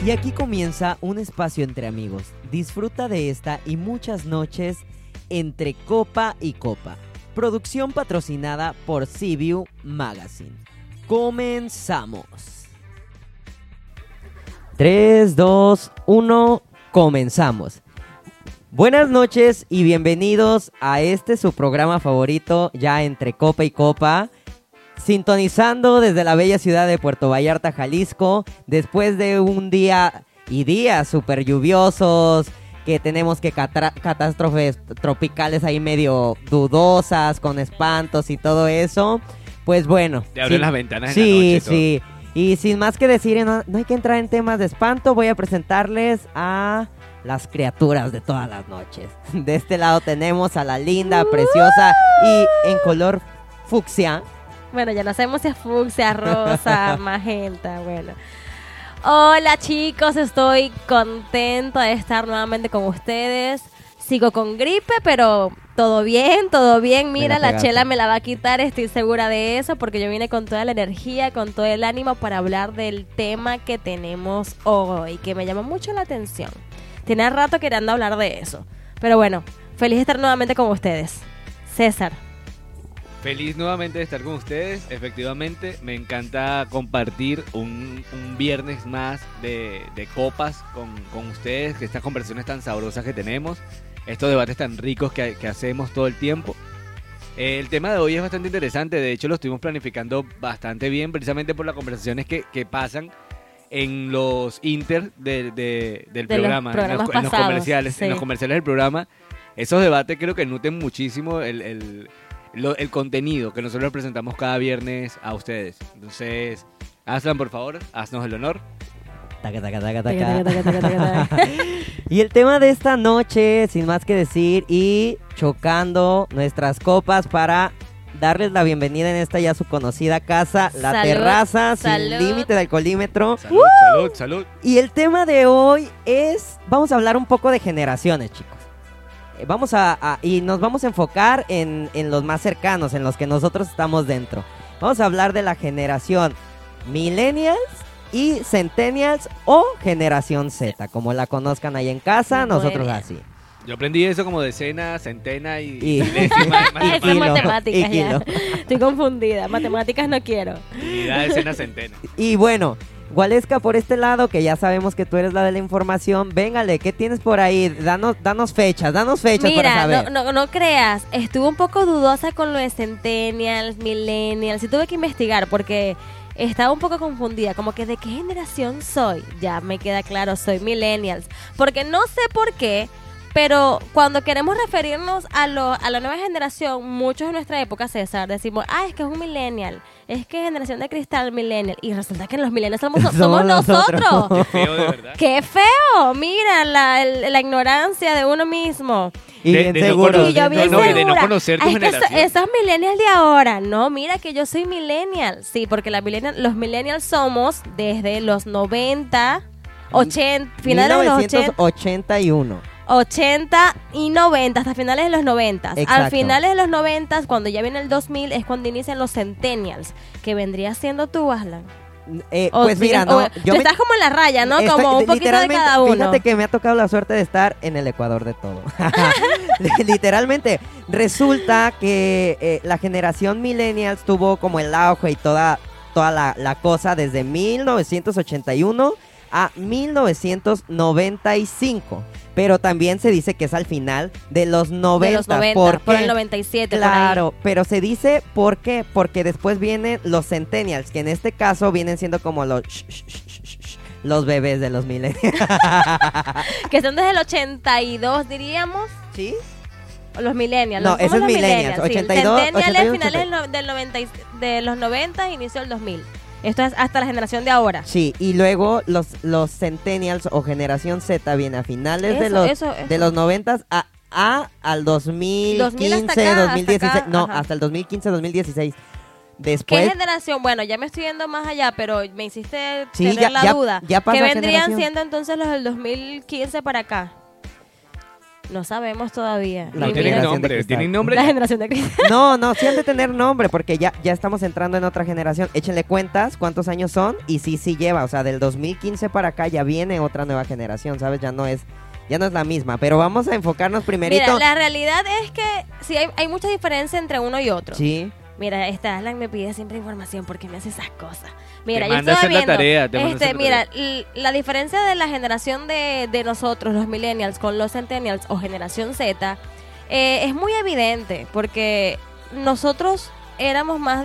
Y aquí comienza un espacio entre amigos. Disfruta de esta y muchas noches entre copa y copa. Producción patrocinada por CView Magazine. Comenzamos. 3, 2, 1, comenzamos. Buenas noches y bienvenidos a su programa favorito, ya entre copa y copa. Sintonizando desde la bella ciudad de Puerto Vallarta, Jalisco, después de un día y días súper lluviosos, que tenemos que catástrofes tropicales ahí medio dudosas, con espantos y todo eso, pues bueno. Te abren las ventanas sí, en la noche. Sí, y sin más que decir, no hay que entrar en temas de espanto, voy a presentarles a las criaturas de todas las noches. De este lado tenemos a la linda, preciosa y en color fucsia. Bueno, ya no sabemos si es fucsia, rosa, magenta, bueno. Hola chicos, estoy contenta de estar nuevamente con ustedes. Sigo con gripe, pero todo bien, todo bien. Mira, la chela me la va a quitar, estoy segura de eso, porque yo vine con toda la energía, con todo el ánimo para hablar del tema que tenemos hoy, que me llama mucho la atención. Tenía rato queriendo hablar de eso. Pero bueno, feliz de estar nuevamente con ustedes. César. Feliz nuevamente de estar con ustedes. Efectivamente, me encanta compartir un viernes más de copas con ustedes, que estas conversaciones tan sabrosas que tenemos, estos debates tan ricos que hacemos todo el tiempo. El tema de hoy es bastante interesante, de hecho lo estuvimos planificando bastante bien, precisamente por las conversaciones que pasan en los del programa, en los comerciales, sí. En los comerciales del programa. Esos debates creo que nutren muchísimo el contenido que nosotros presentamos cada viernes a ustedes. Entonces, Aslan, por favor, haznos el honor. Taca, taca, taca, taca. Y el tema de esta noche, sin más que decir, y chocando nuestras copas para darles la bienvenida en esta ya su conocida casa, la salud, terraza, salud. Sin límite de alcoholímetro. Salud, salud, salud. Y el tema de hoy vamos a hablar un poco de generaciones, chicos. Y nos vamos a enfocar en los más cercanos, en los que nosotros estamos dentro. Vamos a hablar de la generación Millennials y Centennials o generación Z, como la conozcan ahí en casa, nosotros así. Yo aprendí eso como decena, centena y décima. Eso es matemáticas ya. Estoy confundida, matemáticas no quiero. Unidad, decena, centena. Y bueno, Gualesca, por este lado, que ya sabemos que tú eres la de la información, véngale, ¿qué tienes por ahí? Danos fechas Mira, para saber. No creas, estuve un poco dudosa con lo de Centennials, Millennials, y tuve que investigar porque estaba un poco confundida, como que ¿de qué generación soy? Ya me queda claro, soy Millennials, porque no sé por qué, pero cuando queremos referirnos a la nueva generación, muchos de nuestra época, César, decimos, es que es un millennial, es que es generación de cristal millennial, y resulta que los millennials somos nosotros. Qué feo, de verdad. ¡Qué feo! Mira la ignorancia de uno mismo. Y bien seguro. Y yo bien de no segura. conocer tu generación. Esos millennials de ahora, no, mira que yo soy millennial. Sí, porque los millennials somos desde los 90, 80, finales de los 80. 1981. 80 y 90, hasta finales de los 90. Exacto. Al finales de los 90, cuando ya viene el 2000, es cuando inician los Centennials, que vendría siendo tú, Aslan. Pues mira, no. Tú estás como en la raya, ¿no? Como un poquito de cada uno. Fíjate que me ha tocado la suerte de estar en el Ecuador de todo. Literalmente, resulta que la generación Millennials tuvo como el auge y toda la cosa desde 1981 a 1995. Pero también se dice que es al final de los 90. De los 90, por el 97. Claro, pero se dice ¿por qué? Porque después vienen los Centennials, que en este caso vienen siendo como los bebés de los millennials. Que son desde el 82, diríamos. ¿Sí? Los millennials. No, ese es millennials. 82, sí. Centennials 82, finales de los 90 inicio del 2000. Esto es hasta la generación de ahora. Sí, y luego los Centennials o generación Z viene a finales de los 90 al 2015, 2016. No, hasta el 2015, 2016. Después, ¿qué generación? Bueno, ya me estoy yendo más allá, pero me hiciste sí, tener la duda. Ya ¿Qué vendrían siendo entonces los del 2015 para acá? No sabemos todavía. La Y Tienen mira, generación de nombre, cristal. tienen nombre. la generación de cristal. No, sí han de tener nombre porque ya estamos entrando en otra generación. Échenle cuentas cuántos años son y sí lleva. O sea, del 2015 para acá ya viene otra nueva generación, ¿sabes? Ya no es la misma. Pero vamos a enfocarnos primerito. Mira, la realidad es que sí hay mucha diferencia entre uno y otro. Sí. Mira, Alan me pide siempre información porque me hace esas cosas. Mira, Te yo manda a estaba hacer la viendo, tarea, te manda a hacer la mira, la diferencia de la generación de nosotros, los millennials, con los centennials o generación Z, es muy evidente porque nosotros éramos más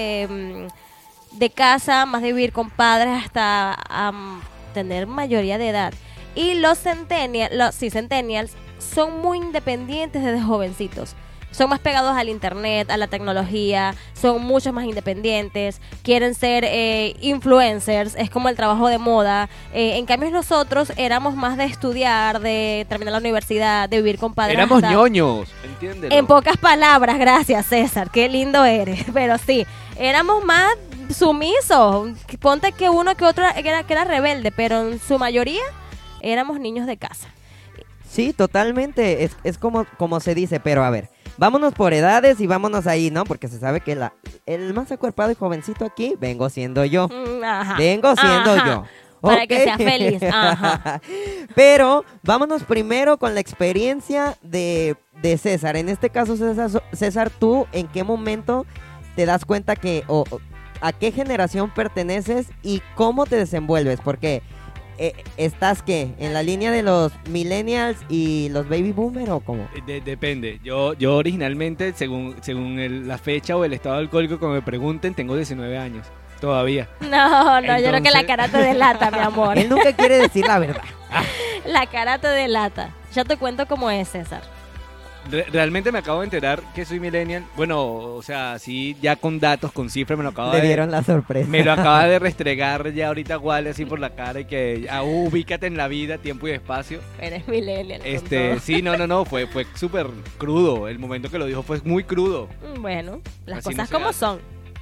de casa, más de vivir con padres hasta tener mayoría de edad. Y los centennials son muy independientes desde jovencitos. Son más pegados al internet, a la tecnología, son mucho más independientes, quieren ser influencers, es como el trabajo de moda. En cambio nosotros éramos más de estudiar, de terminar la universidad, de vivir con padres. Éramos hasta- ñoños, ¿entiendes? En pocas palabras, gracias César, qué lindo eres. Pero sí, éramos más sumisos. Ponte que uno que otro que era rebelde, pero en su mayoría éramos niños de casa. Sí, totalmente. Es como se dice, pero a ver, vámonos por edades y vámonos ahí, ¿no? Porque se sabe que el más acuerpado y jovencito aquí vengo siendo yo. Ajá. Vengo siendo Ajá. yo. Para ¿Ok? que sea feliz. Ajá. Pero vámonos primero con la experiencia de César. En este caso, César, ¿tú en qué momento te das cuenta o a qué generación perteneces y cómo te desenvuelves? Porque ¿estás qué? ¿En la línea de los millennials y los baby boomers o cómo? Depende. Yo originalmente, según la fecha o el estado alcohólico que me pregunten, tengo 19 años. Todavía. No, yo creo que Entonces- la cara te delata, mi amor. Él nunca quiere decir la verdad. La cara te delata. Yo te cuento cómo es, César. Realmente me acabo de enterar que soy millennial. Bueno, o sea, sí, ya con datos, con cifras, me lo acaba Le dieron la sorpresa. Me lo acaba de restregar ya ahorita Wally así por la cara y que ubícate en la vida, tiempo y espacio. Eres millennial. con todo. Sí, no, fue súper crudo. El momento que lo dijo fue muy crudo. Bueno, las Así no cosas se como hace. son.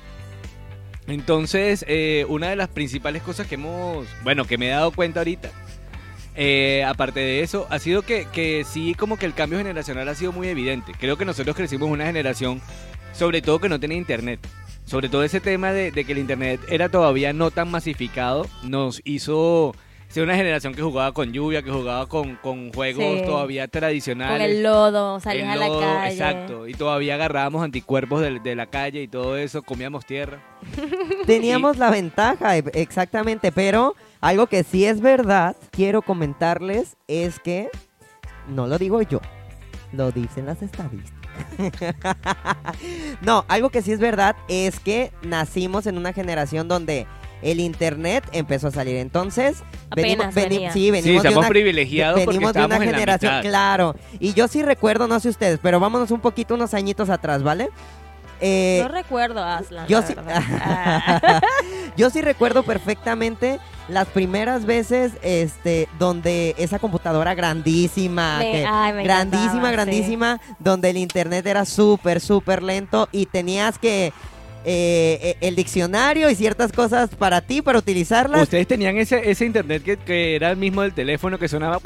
Entonces, una de las principales cosas que que me he dado cuenta ahorita, aparte de eso, ha sido que sí, como que el cambio generacional ha sido muy evidente. Creo que nosotros crecimos en una generación, sobre todo que no tenía internet. Sobre todo ese tema de que el internet era todavía no tan masificado, nos hizo ser una generación que jugaba con lluvia, que jugaba con juegos Sí. todavía tradicionales. Con el lodo, salías El a la lodo, calle. exacto, y todavía agarrábamos anticuerpos de la calle y todo eso, comíamos tierra. Teníamos la ventaja, exactamente, pero algo que sí es verdad, quiero comentarles, es que no lo digo yo, lo dicen las estadísticas. No, algo que sí es verdad es que nacimos en una generación donde el internet empezó a salir. Entonces, Apenas venía. sí, venimos Sí, de estamos una, privilegiados porque venimos de una estábamos en la generación, mitad. claro. Y yo sí recuerdo, no sé ustedes, pero vámonos un poquito, unos añitos atrás, ¿vale? No recuerdo, Aslan. yo la sí- verdad. Ah. Yo sí recuerdo perfectamente las primeras veces donde esa computadora grandísima, Me grandísima, encantaba, grandísima, donde el internet era súper, súper lento y tenías que el diccionario y ciertas cosas para ti, para utilizarlas. Ustedes tenían ese internet que era el mismo del teléfono que sonaba.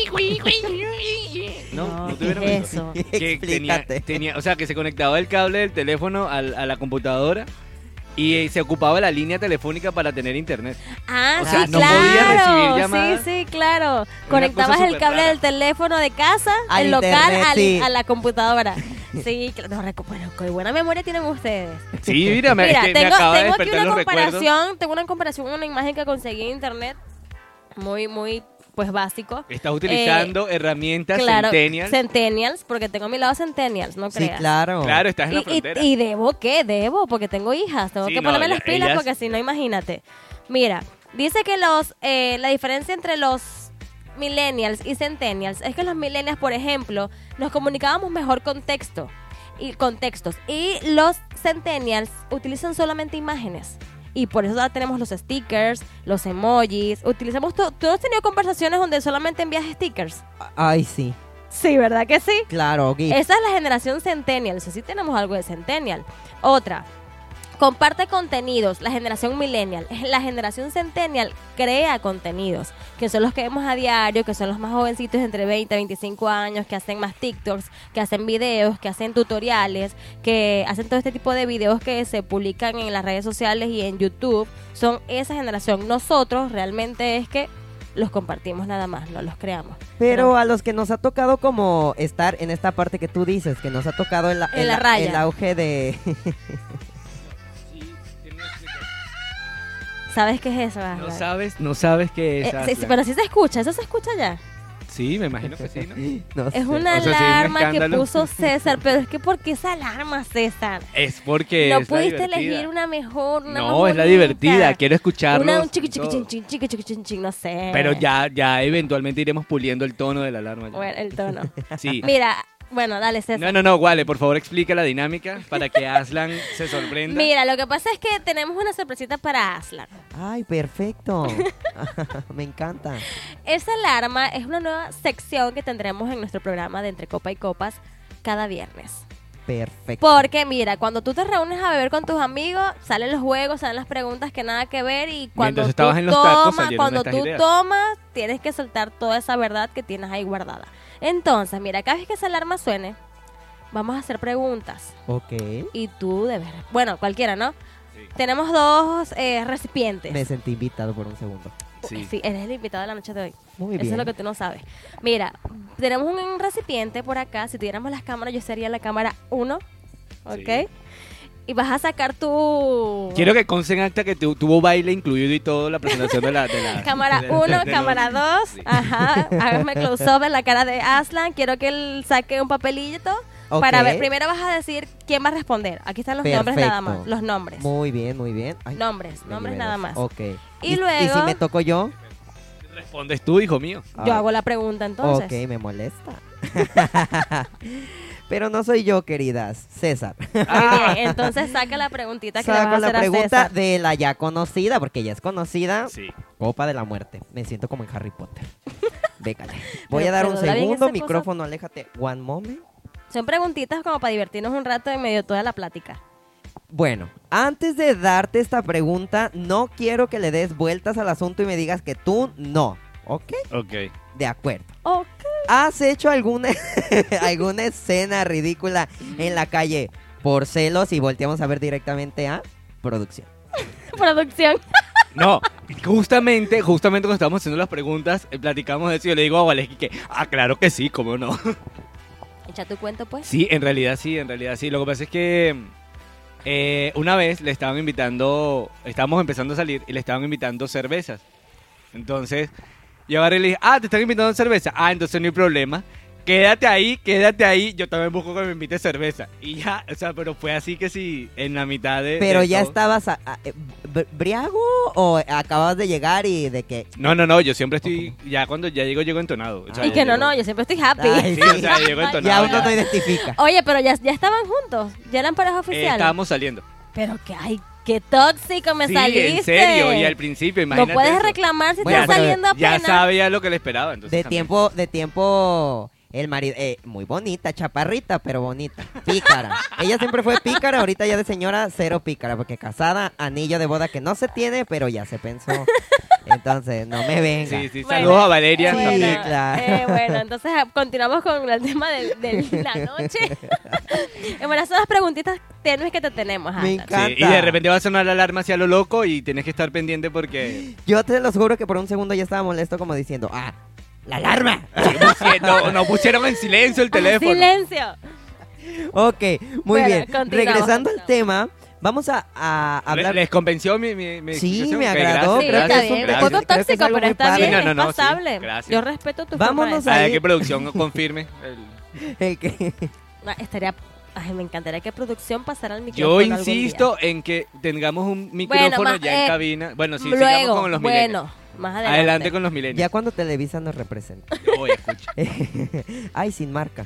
No, ¿qué tuvieron es eso? Que Explícate. o sea, que se conectaba el cable del teléfono a la computadora y se ocupaba la línea telefónica para tener internet. Ah, O sea, sí, no claro. podías recibir llamadas. Sí, claro. Conectabas cosa el cable súper del teléfono de casa, Al el local, internet, sí. a la computadora. Sí, claro. No, bueno, qué buena memoria tienen ustedes. Sí, mira, es Mira, que me tengo acaba de aquí despertar una los recuerdos. comparación, una imagen que conseguí en internet, muy, pues básico. Estás utilizando herramientas Claro, Centennials. porque tengo a mi lado Centennials, no Sí, creas. claro. Claro, estás en la Y frontera. debo, ¿qué? Debo, porque tengo hijas. Tengo Sí, que no, ponerme ya- las pilas ellas- porque si no, imagínate. Mira, dice que la diferencia entre los millennials y centennials es que los millennials, por ejemplo, nos comunicábamos mejor con texto y contextos. Y los centennials utilizan solamente imágenes. Y por eso ahora tenemos los stickers, los emojis. Utilizamos todo. ¿Tú has tenido conversaciones donde solamente envías stickers? Ay, sí. Sí, ¿verdad que sí? Claro, GIF. Esa es la generación centennial, o sea, sí tenemos algo de centennial. Otra, comparte contenidos, la generación millennial. La generación centennial crea contenidos, que son los que vemos a diario, que son los más jovencitos entre 20 y 25 años, que hacen más TikToks, que hacen videos, que hacen tutoriales, que hacen todo este tipo de videos que se publican en las redes sociales y en YouTube. Son esa generación. Nosotros realmente es que los compartimos nada más, no los creamos. Pero a los que nos ha tocado como estar en esta parte que tú dices, que nos ha tocado En la raya. el auge de... ¿Sabes qué es eso, No Aslan? no sabes qué es. Sí, Aslan. pero sí se escucha, eso se escucha ya. Sí, me imagino que sí, ¿no? No Es sé. una O sea, sí, un alarma que escándalo. puso César, pero es que ¿por qué esa alarma, César? Es porque No es la pudiste divertida. elegir una mejor, una No, más es la bonita. divertida, quiero escucharlos. Una, un chiqui, chiqui, todos. chin, chin, chiqui, chiqui, chin, no sé. Pero ya eventualmente iremos puliendo el tono de la alarma. ya. Bueno, el tono. Sí. Mira, bueno, dale, César. No, Wale, por favor explica la dinámica para que Aslan se sorprenda. Mira, lo que pasa es que tenemos una sorpresita para Aslan. Ay, perfecto. Me encanta. Esa alarma es una nueva sección que tendremos en nuestro programa de Entre Copa y Copas cada viernes. Perfecto. Porque mira, cuando tú te reúnes a beber con tus amigos, salen los juegos, salen las preguntas que nada que ver y cuando Mientras tú estabas en los tacos, tomas, salieron cuando estas tú ideas. tomas, tienes que soltar toda esa verdad que tienes ahí guardada. Entonces, mira, cada vez que esa alarma suene, vamos a hacer preguntas Ok. y tú debes, bueno, cualquiera, ¿no? Sí. Tenemos dos recipientes. Me sentí invitado por un segundo. Sí. Sí, eres el invitado de la noche de hoy. Muy Eso bien. es lo que tú no sabes. Mira, tenemos un recipiente por acá. Si tuviéramos las cámaras, yo sería la cámara 1. ¿Ok? Sí. Y vas a sacar tu... Quiero que conste en acta que tuvo baile incluido y todo la presentación de la Cámara 1, cámara 2. Sí. Ajá. Hágame close-up en la cara de Aslan. Quiero que él saque un papelito. Ok. Para ver, primero vas a decir quién va a responder. Aquí están los nombres nada Perfecto. más. Los nombres. Muy bien, muy bien. Ay, Nombres me nombres libero. nada más. Ok. Y ¿Y luego- si me toco yo? Respondes tú, hijo mío. Yo Ah, hago la pregunta entonces. Ok, me molesta. Pero no soy yo, queridas. César. Muy bien, entonces saca la preguntita que le Saco vas a la hacer a pregunta César. de la ya conocida, porque ya es conocida. Sí. Copa de la muerte. Me siento como en Harry Potter. Vécale. Voy Pero a dar un dobla bien segundo. esa cosa. Micrófono, aléjate. One moment. Son preguntitas como para divertirnos un rato en medio de toda la plática. Bueno, antes de darte esta pregunta, no quiero que le des vueltas al asunto y me digas que tú no. ¿Ok? Ok. De acuerdo. Ok. ¿Has hecho alguna, alguna escena ridícula en la calle por celos y volteamos a ver directamente a producción? Producción. No, justamente cuando estábamos haciendo las preguntas, platicamos de eso y yo le digo a Waleski que, claro que sí, cómo no. Echa tu cuento, pues. Sí, en realidad sí. Lo que pasa es que una vez le estaban invitando, estábamos empezando a salir y le estaban invitando cervezas. Entonces, yo agarré y le dije, te están invitando cerveza. Entonces no hay problema. Quédate ahí, yo también busco que me invite cerveza. Y ya, o sea, pero fue así que sí, en la mitad de... ¿Pero de ya todo. estabas briago o acababas de llegar y de que... No, yo siempre estoy, ya cuando ya llego entonado. O sea, Y ya que no, llego- yo siempre estoy happy. Ay, Sí, o sea, llego entonado. Ya uno no identifica. Oye, pero ya estaban juntos. Ya eran pareja oficial. estábamos saliendo. Pero que, ay, qué tóxico me Sí, saliste. en serio, y al principio, No imagínate puedes eso. reclamar si Bueno, estás pero saliendo Ya apenas. sabía lo que le esperaba. Entonces De también. tiempo, el marido, muy bonita, chaparrita, pero bonita, pícara. Ella siempre fue pícara, ahorita ya de señora, cero pícara, porque casada, anillo de boda que no se tiene, pero ya se pensó. Entonces, no me venga. Sí, Bueno, saludos a Valeria. Sí, también. claro. Bueno, entonces continuamos con el tema de la noche. Bueno, esas son las preguntitas tenues que te tenemos, Me Alan. encanta. Sí, y de repente va a sonar la alarma hacia lo loco y tienes que estar pendiente porque Yo te los juro que por un segundo ya estaba molesto como diciendo, la alarma. no pusieron en silencio el teléfono. Silencio. Ok, muy Bueno, bien. continuamos, Regresando al continuamos. tema, vamos a hablar... ¿Les convenció mi Sí, explicación? me Ok, agradó, Sí, creo está que es bien. un- Un creo poco que es tóxico, algo pero muy está padre. bien, No, es no, sí, pasable. gracias. Yo respeto tu Vámonos forma de a- Hay que producción confirme. el que- estaría... Ay, me encantaría que producción pasara al Yo micrófono algún insisto en que tengamos un micrófono Bueno, ya en cabina. Bueno, sí, día. sigamos Luego, con los millennials. bueno, más adelante. Adelante con los millennials. ya cuando Televisa nos representa. Oye, escucha. Ay, sin marca.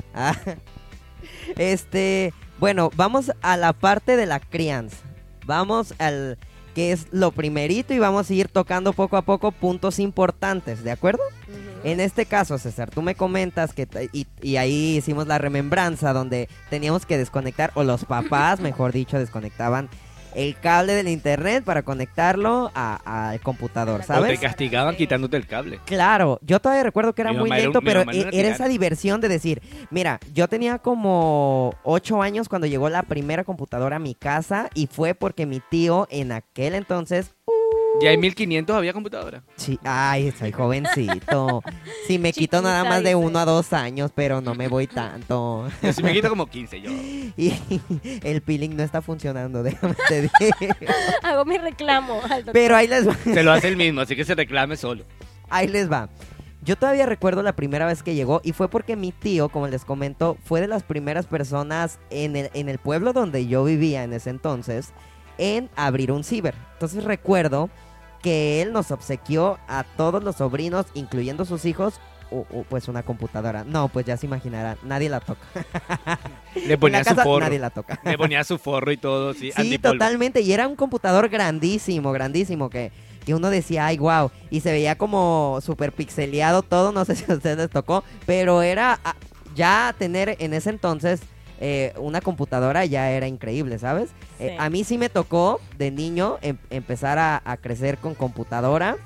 Bueno, vamos a la parte de la crianza. Vamos al que es lo primerito y vamos a ir tocando poco a poco puntos importantes, ¿de acuerdo? Ujú. En este caso, César, tú me comentas que y ahí hicimos la remembranza donde teníamos que desconectar, o los papás, mejor dicho, desconectaban el cable del internet para conectarlo al computador, O te ¿sabes? castigaban quitándote el cable. Claro, yo todavía recuerdo que era Mi muy mamá era lento, un- mi pero mamá era una era esa tirana. diversión de decir, mira, yo tenía como 8 años cuando llegó la primera computadora a mi casa y fue porque mi tío en aquel entonces, Ya en 1500 había computadora. sí, ay, soy jovencito, sí me quito nada Chiquita, más de dice. 1 a 2 años, pero no me voy tanto. Yo sí me quito como 15 yo. Y el peeling no está funcionando, déjame te digo. Hago mi reclamo al doctor. Pero ahí les va. Se lo hace el mismo, así que se reclame solo. Ahí les va. Yo todavía recuerdo la primera vez que llegó y fue porque mi tío, como les comento, fue de las primeras personas en el pueblo donde yo vivía en ese entonces en abrir un ciber. Entonces recuerdo que él nos obsequió a todos los sobrinos, incluyendo sus hijos, pues una computadora. No, pues ya se imaginarán, nadie la toca. Le En ponía la su casa forro. nadie la toca. Le ponía su forro y todo, sí, Sí, antipolvo. totalmente. Y era un computador grandísimo, grandísimo, que uno decía, ay, wow. Y se veía como súper pixeleado todo, no sé si a ustedes les tocó, pero era ya tener en ese entonces una computadora ya era increíble, ¿sabes? Sí. A mí sí me tocó de niño empezar a crecer con computadora,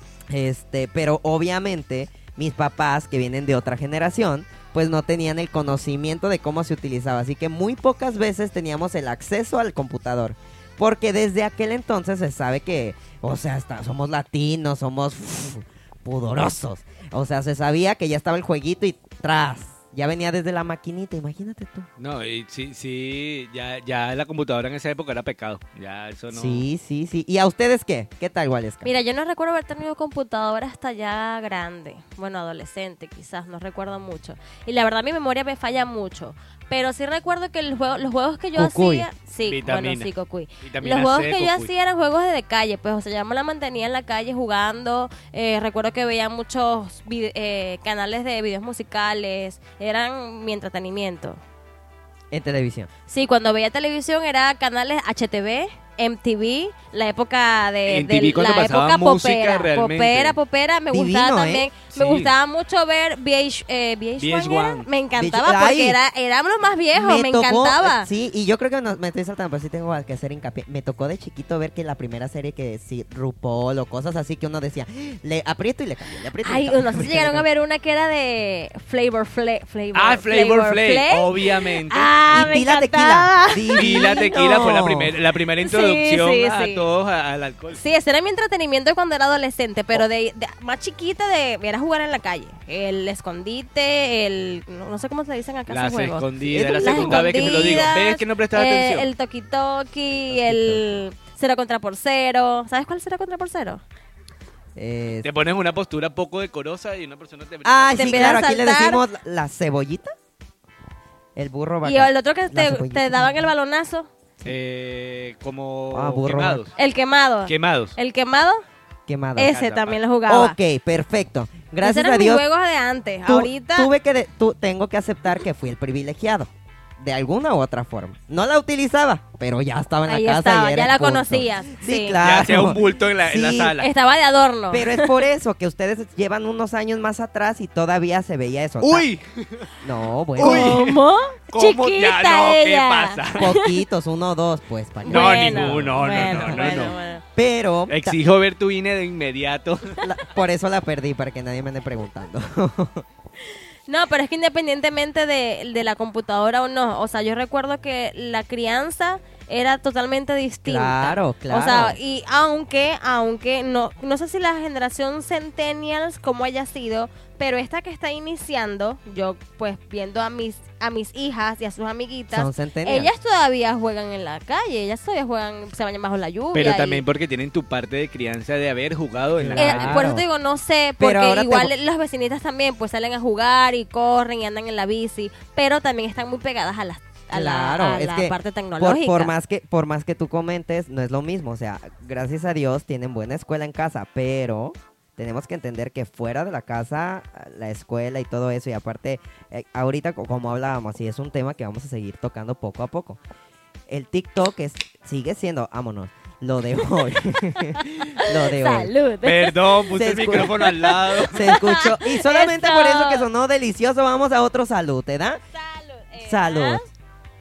pero obviamente mis papás que vienen de otra generación, pues no tenían el conocimiento de cómo se utilizaba, así que muy pocas veces teníamos el acceso al computador, porque desde aquel entonces se sabe que, o sea, somos latinos, somos pudorosos, o sea, se sabía que ya estaba el jueguito y ya venía desde la maquinita, imagínate tú. No, y sí, ya la computadora en esa época era pecado. Ya eso no. Sí. ¿Y a ustedes qué? ¿Qué tal, Waleska? Mira, yo no recuerdo haber tenido computadora hasta ya grande. Bueno, adolescente quizás, no recuerdo mucho. Y la verdad mi memoria me falla mucho. Pero sí recuerdo que los juegos que yo Cucuy. hacía... Sí, Vitamina. bueno, sí, Cocuy. Vitamina Los juegos C, que yo Cocuy. hacía eran juegos de calle, pues, o sea, yo me la mantenía en la calle jugando. Recuerdo que veía muchos canales de videos musicales, eran mi entretenimiento. En televisión. Sí, cuando veía televisión era canales HTV, MTV, la época de MTV cuando la pasaba época música popera, realmente. popera, me Divino, gustaba ¿eh? también, Sí. me gustaba mucho ver VH1, VH1. era, me encantaba VH1. porque Ay. éramos los más viejos, me tocó, encantaba. Sí, y yo creo que me estoy saltando, pero sí tengo que hacer hincapié. Me tocó de chiquito ver que la primera serie que sí, RuPaul o cosas así que uno decía, le aprieto y le cambio, le aprieto y Ay, le cambio, no sé si aprieto y llegaron le a cambio. ver una que era de Flavor Flavor Flav, Flav, obviamente. Ah, Y me Tila encantaba. Tequila. Y la tequila fue la primera Sí, introducción sí, a sí. todos al alcohol. Sí, ese era mi entretenimiento cuando era adolescente, pero de más chiquita era jugar en la calle. El escondite, no sé cómo se dicen acá Las esos juegos. escondidas, la Las segunda vez que me lo digo. escondidas, ¿Ves que no prestas atención? El toki-toki, el 0 contra por 0. ¿Sabes cuál es 0 contra por 0? Te pones una postura poco decorosa y una persona te... Ah, Te sí, empiezan claro, a aquí le saltar. decimos la cebollita. El burro Y vaca. el otro que La te cebollita. daban el balonazo. como burro. quemados. El quemado. Quemados. El quemado, Quemado. ese Encanta, también lo jugaba. Ok, perfecto. Esos Gracias eran a mis Dios. juegos de antes. tu- Ahorita... tengo que aceptar que fui el privilegiado. De alguna u otra forma. No la utilizaba, pero ya estaba en la Ahí casa. estaba, y era ya el la punto. conocías. Sí, Sí. claro. Ya sea un bulto en la Sí. sala. Estaba de adorno. Pero es por eso que ustedes llevan unos años más atrás y todavía se veía eso. ¡Uy! No, bueno. Uy. ¿Cómo? ¿Cómo? Chiquita Ya, no, ¿qué ella. pasa? Poquitos, 1 o 2, pues. para que- No, Bueno, ninguno, no. bueno. Pero Exijo ver tu INE de inmediato. por eso la perdí, para que nadie me ande preguntando. No, pero es que independientemente de la computadora o no, o sea, yo recuerdo que la crianza era totalmente distinta. Claro, claro. O sea, y aunque no sé si la generación Centennials como haya sido, pero esta que está iniciando, yo pues viendo a mis hijas y a sus amiguitas, Son centennials. ellas todavía juegan en la calle, ellas todavía se bañan bajo la lluvia. Pero y- también porque tienen tu parte de crianza de haber jugado en la Claro. calle. Por eso te digo, no sé, Pero porque ahora te igual vo- las vecinitas también pues salen a jugar y corren y andan en la bici, pero también están muy pegadas a Claro, a es la que parte tecnológica. por más que tú comentes, no es lo mismo. O sea, gracias a Dios tienen buena escuela en casa, pero tenemos que entender que fuera de la casa, la escuela y todo eso, y aparte, ahorita como hablábamos, y es un tema que vamos a seguir tocando poco a poco. El TikTok sigue siendo, vámonos, lo de hoy. Lo de hoy. Salud. Perdón, puse Se el escu- micrófono al lado. Se escuchó. Y solamente Eso. por eso que sonó delicioso, vamos a otro salud, ¿te da? Salud. Salud.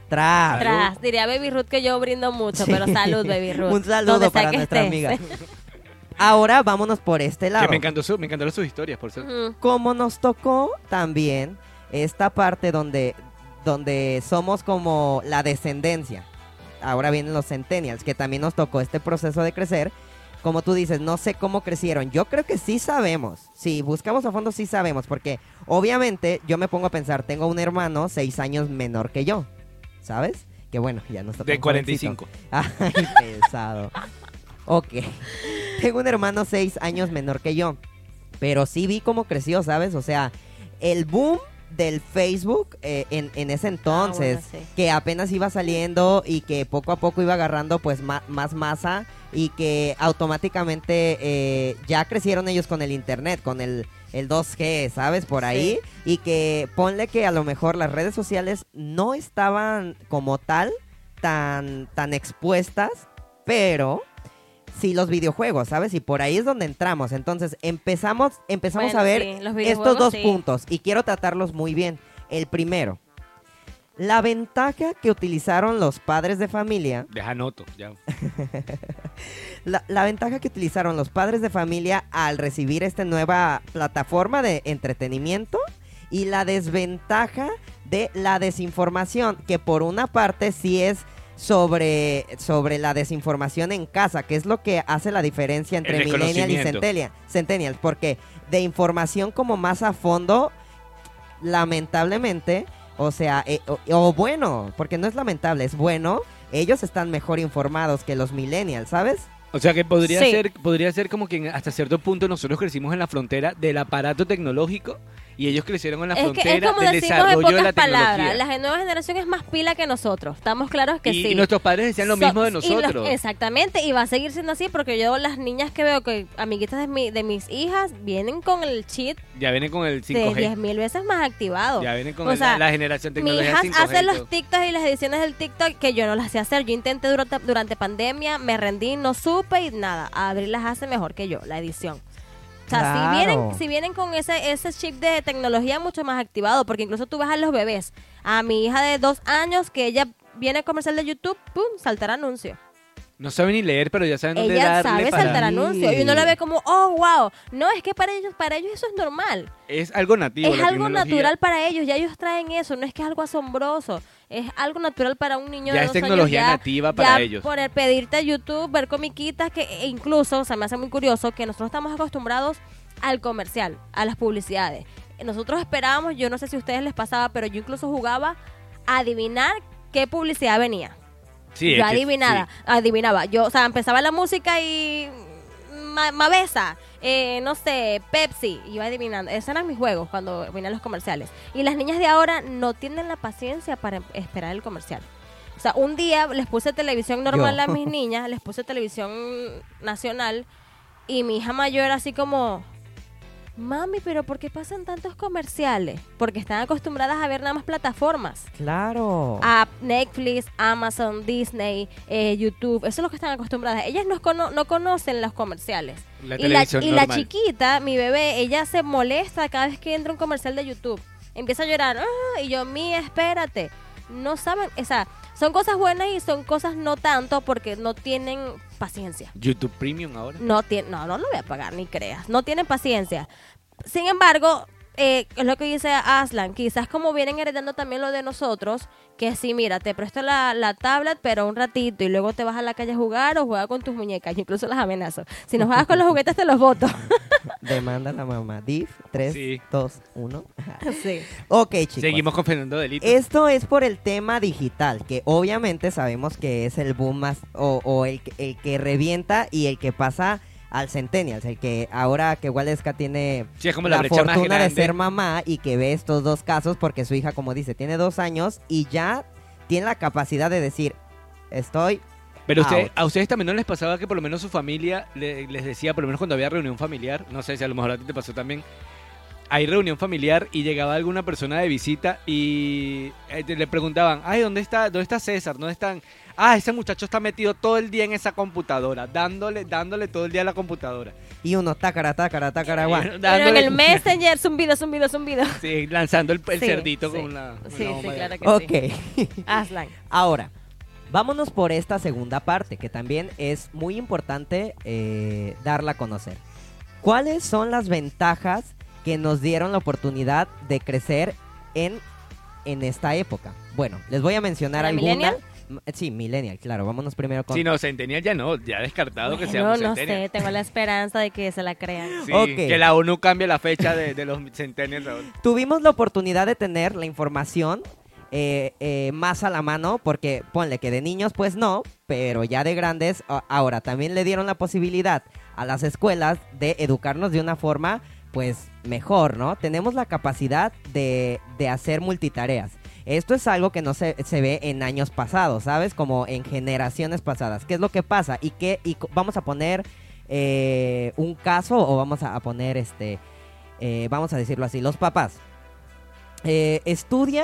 Tras, diría Baby Ruth que yo brindo mucho, Sí. pero salud, Baby Ruth. Un saludo Donde sea para que nuestra estés. amiga. Ahora vámonos por este Que lado. me encantaron sus historias, por cierto. Ujú. Como nos tocó también esta parte donde somos como la descendencia. Ahora vienen los centennials, que también nos tocó este proceso de crecer. Como tú dices, no sé cómo crecieron. Yo creo que sí sabemos. Si buscamos a fondo, sí sabemos. Porque obviamente yo me pongo a pensar, tengo un hermano 6 años menor que yo. ¿Sabes? Que bueno, ya no está tan De 45. jovencito. Ay, pesado. Ok. Tengo un hermano 6 años menor que yo. Pero sí vi cómo creció, ¿sabes? O sea, el boom del Facebook en ese entonces, bueno, sí. que apenas iba saliendo y que poco a poco iba agarrando pues más masa y que automáticamente ya crecieron ellos con el internet, con el 2G, ¿sabes? Por ahí. Y que ponle que a lo mejor las redes sociales no estaban como tal tan expuestas, pero sí los videojuegos, ¿sabes? Y por ahí es donde entramos. Entonces empezamos Bueno, a ver sí, los estos videojuegos, dos sí. puntos y quiero tratarlos muy bien. El primero, la ventaja que utilizaron los padres de familia, Deja noto, ya. la ventaja que utilizaron los padres de familia al recibir esta nueva plataforma de entretenimiento y la desventaja de la desinformación, que por una parte sí es sobre la desinformación en casa, que es lo que hace la diferencia entre El millennial y desconocimiento. centennial, porque de información como más a fondo, lamentablemente, o sea, o bueno, porque no es lamentable, es bueno, ellos están mejor informados que los millennials, ¿sabes? O sea que podría Sí. ser como que hasta cierto punto nosotros crecimos en la frontera del aparato tecnológico y ellos crecieron en la Es que es frontera como del decimos en desarrollo de la pocas palabras, tecnología. la nueva generación es más pila que nosotros, estamos claros que y sí. nuestros padres decían lo mismo de Y los- nosotros. exactamente, y va a seguir siendo así porque yo las niñas que veo, que amiguitas de mis hijas, vienen con el cheat Ya vienen con el de 5G. 10.000 veces más activado. Ya vienen con O sea, la generación Mi tecnología hija 5G. hace y todo. los TikToks y las ediciones del TikTok que yo no las sé hacer. Yo intenté durante pandemia, me rendí, no supe y nada. Abril las hace mejor que yo, la edición. O sea, Claro. si vienen con ese chip de tecnología mucho más activado, porque incluso tú ves a los bebés, a mi hija de 2 años, que ella viene a comercial de YouTube, pum, saltar anuncio. No saben ni leer, pero ya saben dónde Ella darle sabe para... saltar anuncio y uno la ve como, oh, wow. No, es que para ellos eso es normal. Es algo nativo. Es la algo tecnología. natural para ellos, ya ellos traen eso, no es que es algo asombroso, es algo natural para un niño Ya de es 2 años, tecnología nativa para ya ellos. Poner, pedirte a YouTube, ver comiquitas, que incluso, o sea, me hace muy curioso que nosotros estamos acostumbrados al comercial, a las publicidades. Nosotros esperábamos, yo no sé si a ustedes les pasaba, pero yo incluso jugaba a adivinar qué publicidad venía. Sí, Yo es que- adivinaba. Yo, o sea, empezaba la música y Mavesa, no sé, Pepsi, iba adivinando. Esos eran mis juegos cuando venían los comerciales. Y las niñas de ahora no tienen la paciencia para esperar el comercial. O sea, un día les puse televisión normal Yo. a mis niñas, les puse televisión nacional y mi hija mayor así como, mami, pero ¿por qué pasan tantos comerciales? Porque están acostumbradas a ver nada más plataformas. Claro. A Netflix, Amazon, Disney, YouTube, eso es lo que están acostumbradas. Ellas no conocen los comerciales. La y televisión la normal. chiquita, mi bebé, ella se molesta cada vez que entra un comercial de YouTube. Empieza a llorar, y yo, mía, espérate. No saben, o sea, son cosas buenas y son cosas no tanto porque no tienen paciencia. YouTube Premium ahora. No lo voy a pagar, ni creas. No tienen paciencia. Sin embargo, es lo que dice Aslan, quizás como vienen heredando también lo de nosotros, que sí, mira, te presto la tablet, pero un ratito, y luego te vas a la calle a jugar o juega con tus muñecas. Yo incluso las amenazo. Si no juegas con los juguetes, te los boto. Demanda la mamá. Div, 3, Sí. 2, 1. Sí. Ok, chicos. Seguimos confesando delitos. Esto es por el tema digital, que obviamente sabemos que es el boom más, o el que revienta y el que pasa al Centennials, el que ahora que Waleska tiene Sí, es como la la brecha más fortuna de grande. ser mamá y que ve estos dos casos porque su hija, como dice, tiene 2 años y ya tiene la capacidad de decir, estoy Pero out. a ustedes también no les pasaba que por lo menos su familia les decía, por lo menos cuando había reunión familiar, no sé si a lo mejor a ti te pasó también, hay reunión familiar y llegaba alguna persona de visita y le preguntaban, ay, ¿dónde está César? ¿Dónde están? Ah, ese muchacho está metido todo el día en esa computadora, dándole todo el día a la computadora. Y uno, tácara, guau. Pero en el Messenger, zumbido. Sí, lanzando el Sí, cerdito sí. con una Sí, bomba de claro agua. que sí. Ok. Aslan. Ahora, vámonos por esta segunda parte, que también es muy importante darla a conocer. ¿Cuáles son las ventajas que nos dieron la oportunidad de crecer en esta época? Bueno, les voy a mencionar ¿La algunas. millennial? Sí, millennial, claro. Vámonos primero con... Sí, no, Centennial ya no, ya descartado que Bueno, seamos no Centennial. sé, tengo la esperanza de que se la crean. Sí, Ok. que la ONU cambie la fecha de los Centennials ahora. Tuvimos la oportunidad de tener la información más a la mano, porque ponle que de niños pues no, pero ya de grandes ahora también le dieron la posibilidad a las escuelas de educarnos de una forma pues mejor, ¿no? Tenemos la capacidad de hacer multitareas. Esto es algo que no se ve en años pasados, ¿sabes? Como en generaciones pasadas. ¿Qué es lo que pasa? Vamos a poner un caso o vamos a poner vamos a decirlo así, los papás. Estudia,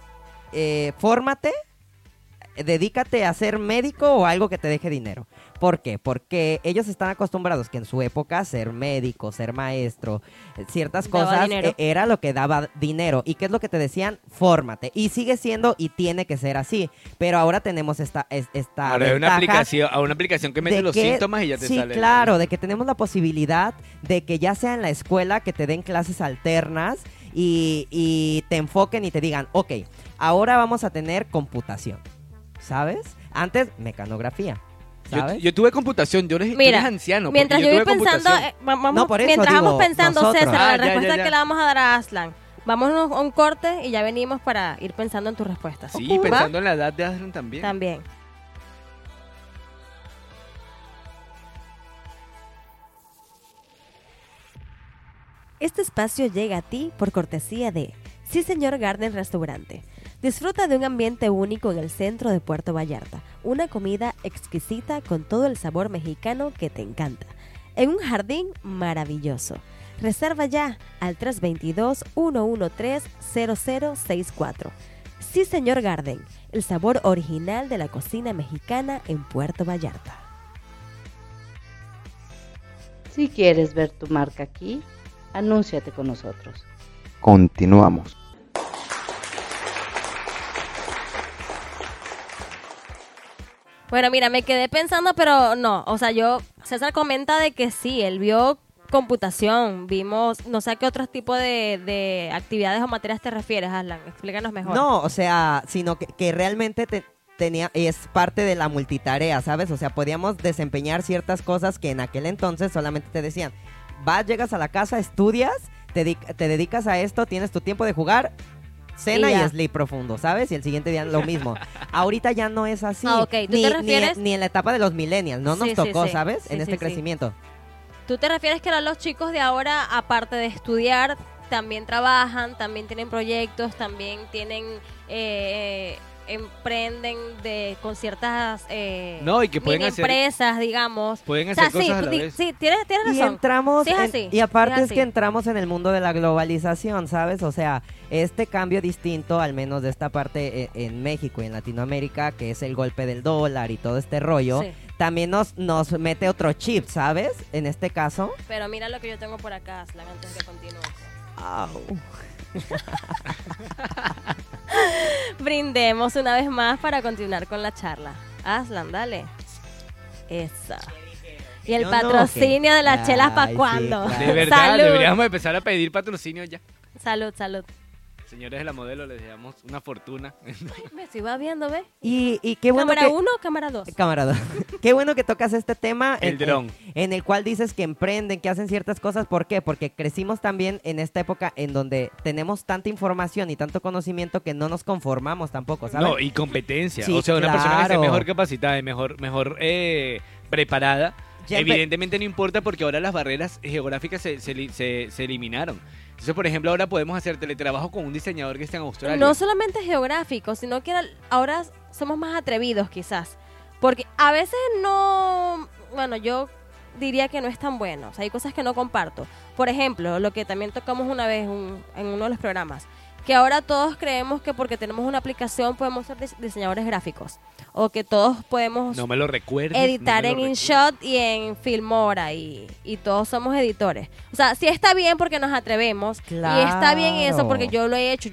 fórmate, dedícate a ser médico o algo que te deje dinero. ¿Por qué? Porque ellos están acostumbrados que en su época ser médico, ser maestro, ciertas Daba cosas dinero. era lo que daba dinero. ¿Y qué es lo que te decían? Fórmate. Y sigue siendo y tiene que ser así. Pero ahora tenemos esta Ahora hay una ventaja aplicación que mete de los que- síntomas y ya te sí, sale. claro, de que tenemos la posibilidad de que ya sea en la escuela que te den clases alternas y te enfoquen y te digan, ok, ahora vamos a tener computación, ¿sabes? Antes, mecanografía, ¿sabes? Yo tuve computación, tú eres Mira, anciano. porque mientras yo tuve voy pensando, computación. vamos, No, por eso mientras digo, vamos pensando, nosotros. César, la Ah, ya, respuesta ya. que le vamos a dar a Aslan. Vámonos a un corte y ya venimos para ir pensando en tus respuestas. Sí, ¿Va? pensando en la edad de Aslan también. También. Este espacio llega a ti por cortesía de Sí Señor Garden Restaurante. Disfruta de un ambiente único en el centro de Puerto Vallarta, una comida exquisita con todo el sabor mexicano que te encanta, en un jardín maravilloso. Reserva ya al 322-113-0064. Sí Señor Garden, el sabor original de la cocina mexicana en Puerto Vallarta. Si quieres ver tu marca aquí, anúnciate con nosotros. Continuamos. Bueno, mira, me quedé pensando, pero no, o sea, César comenta de que sí, él vio computación, vimos, no sé a qué otros tipos de actividades o materias te refieres, Alan, explícanos mejor. No, o sea, sino que realmente es parte de la multitarea, ¿sabes? O sea, podíamos desempeñar ciertas cosas que en aquel entonces solamente te decían, llegas a la casa, estudias, te dedicas a esto, tienes tu tiempo de jugar, cena Y y ya. sleep profundo, ¿sabes? Y el siguiente día lo mismo. Ahorita ya no es así. Ah, ok. ¿Tú te refieres? Ni en la etapa de los millennials, no nos Sí, sí, tocó, sí. ¿sabes? Sí, en este sí, sí. crecimiento. ¿Tú te refieres que ahora los chicos de ahora, aparte de estudiar, también trabajan, también tienen proyectos, también tienen emprenden con ciertas No, y que pueden mini hacer- empresas, digamos? Pueden O sea, hacer sí, cosas a la vez. sí, tienes Y razón. entramos Sí, es así, y aparte es es que así. entramos en el mundo de la globalización, ¿sabes? O sea, este cambio distinto, al menos de esta parte en México y en Latinoamérica, que es el golpe del dólar y todo este rollo, Sí. también nos mete otro chip, ¿sabes? En este caso. Pero mira lo que yo tengo por acá, Aslan, antes de que continúes. Brindemos una vez más para continuar con la charla. Aslan, dale. Esa. Y el Yo no, patrocinio que- de las chelas, ¿para Ay, sí, cuándo? claro. De verdad, Salud. deberíamos empezar a pedir patrocinio ya. Salud, salud. Señores de la modelo, les damos una fortuna. Me estoy babiando, ¿ves? Y qué bueno ¿Cámara que... 1 o cámara 2? Camarada, qué bueno que tocas este tema El dron. en el cual dices que emprenden, que hacen ciertas cosas. ¿Por qué? Porque crecimos también en esta época en donde tenemos tanta información y tanto conocimiento que no nos conformamos tampoco, ¿sabes? No, y competencia. Sí, o sea, una persona que esté claro. mejor capacitada y mejor preparada. Ya Evidentemente no importa porque ahora las barreras geográficas se eliminaron. Entonces, por ejemplo, ahora podemos hacer teletrabajo con un diseñador que está en Australia. No solamente geográfico, sino que ahora somos más atrevidos quizás. Porque a veces no... Bueno, yo diría que no es tan bueno. O sea, hay cosas que no comparto. Por ejemplo, lo que también tocamos una vez en uno de los programas, que ahora todos creemos que porque tenemos una aplicación podemos ser diseñadores gráficos, o que todos podemos No me lo recuerdes. editar no me en lo InShot y en Filmora y todos somos editores. O sea, sí está bien porque nos atrevemos y está bien eso porque yo lo he hecho.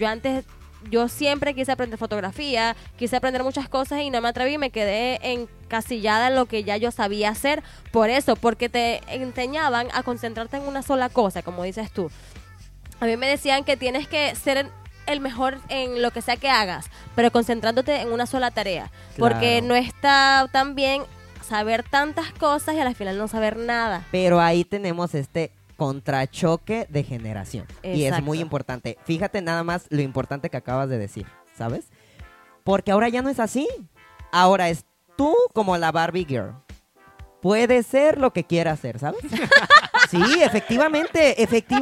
Yo siempre quise aprender fotografía, quise aprender muchas cosas y no me atreví, me quedé encasillada en lo que ya yo sabía hacer. Por eso, porque te enseñaban a concentrarte en una sola cosa, como dices tú. A mí me decían que tienes que ser el mejor en lo que sea que hagas, pero concentrándote en una sola tarea. Porque no está tan bien saber tantas cosas y al final no saber nada. Pero ahí tenemos este contrachoque de generación. Y es muy Exacto. importante. Fíjate nada más lo importante que acabas de decir, ¿sabes? Porque ahora ya no es así. Ahora es tú como la Barbie Girl. Puede ser lo que quiera hacer, ¿sabes? Sí, efectivamente.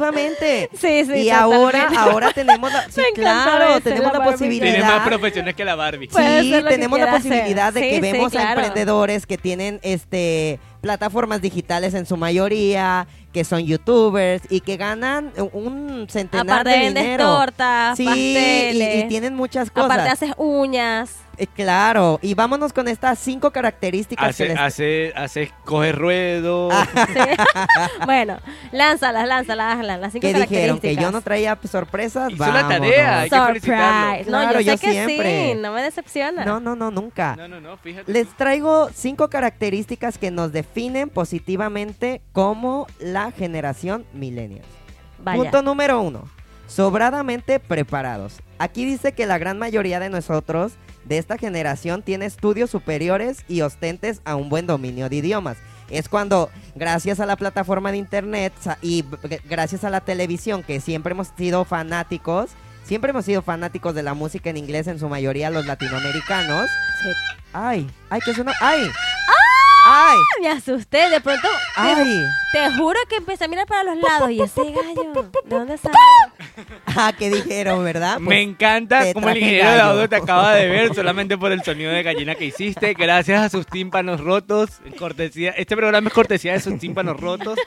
Sí, Y totalmente. ahora tenemos la... Sí, Me encantó claro, ese, tenemos la la Barbie posibilidad... Tiene más profesiones que la Barbie. Puede Sí, ser lo que tenemos la quiera hacer. posibilidad de Sí, que sí, vemos a claro. emprendedores que tienen plataformas digitales en su mayoría, que son youtubers y que ganan un centenar Aparte de vendes dinero. tortas, Sí, pasteles. y tienen muchas cosas. Aparte haces uñas. Claro, y vámonos con estas 5 características que les... Hace coge ruedo. Sí. Bueno, lánzalas, las 5 que dijeron que yo no características. traía sorpresas. Hizo la tarea, hay que felicitarlo. Surprise. No, Claro, yo yo sé que siempre. sí, no me decepciona. No, nunca. No, fíjate. Les traigo 5 características que nos definen positivamente como la generación millennial. Vaya. Punto número 1. Sobradamente preparados. Aquí dice que la gran mayoría de nosotros de esta generación tiene estudios superiores y ostentes a un buen dominio de idiomas. Es cuando, gracias a la plataforma de internet y gracias a la televisión, que siempre hemos sido fanáticos de la música en inglés, en su mayoría los latinoamericanos. Sí. ¡Ay! ¿Qué suena? ¡Ay! ¡Ay! Me asusté, de pronto. ¡Ay! Te juro que empecé a mirar para los lados y ese gallo, ¿de dónde sale? ¿Qué dijeron, verdad? Me Pues, encanta te como el traje ingeniero de gallo. audio te acaba de ver solamente por el sonido de gallina que hiciste. Gracias a sus tímpanos rotos. Cortesía, este programa es cortesía de sus tímpanos rotos.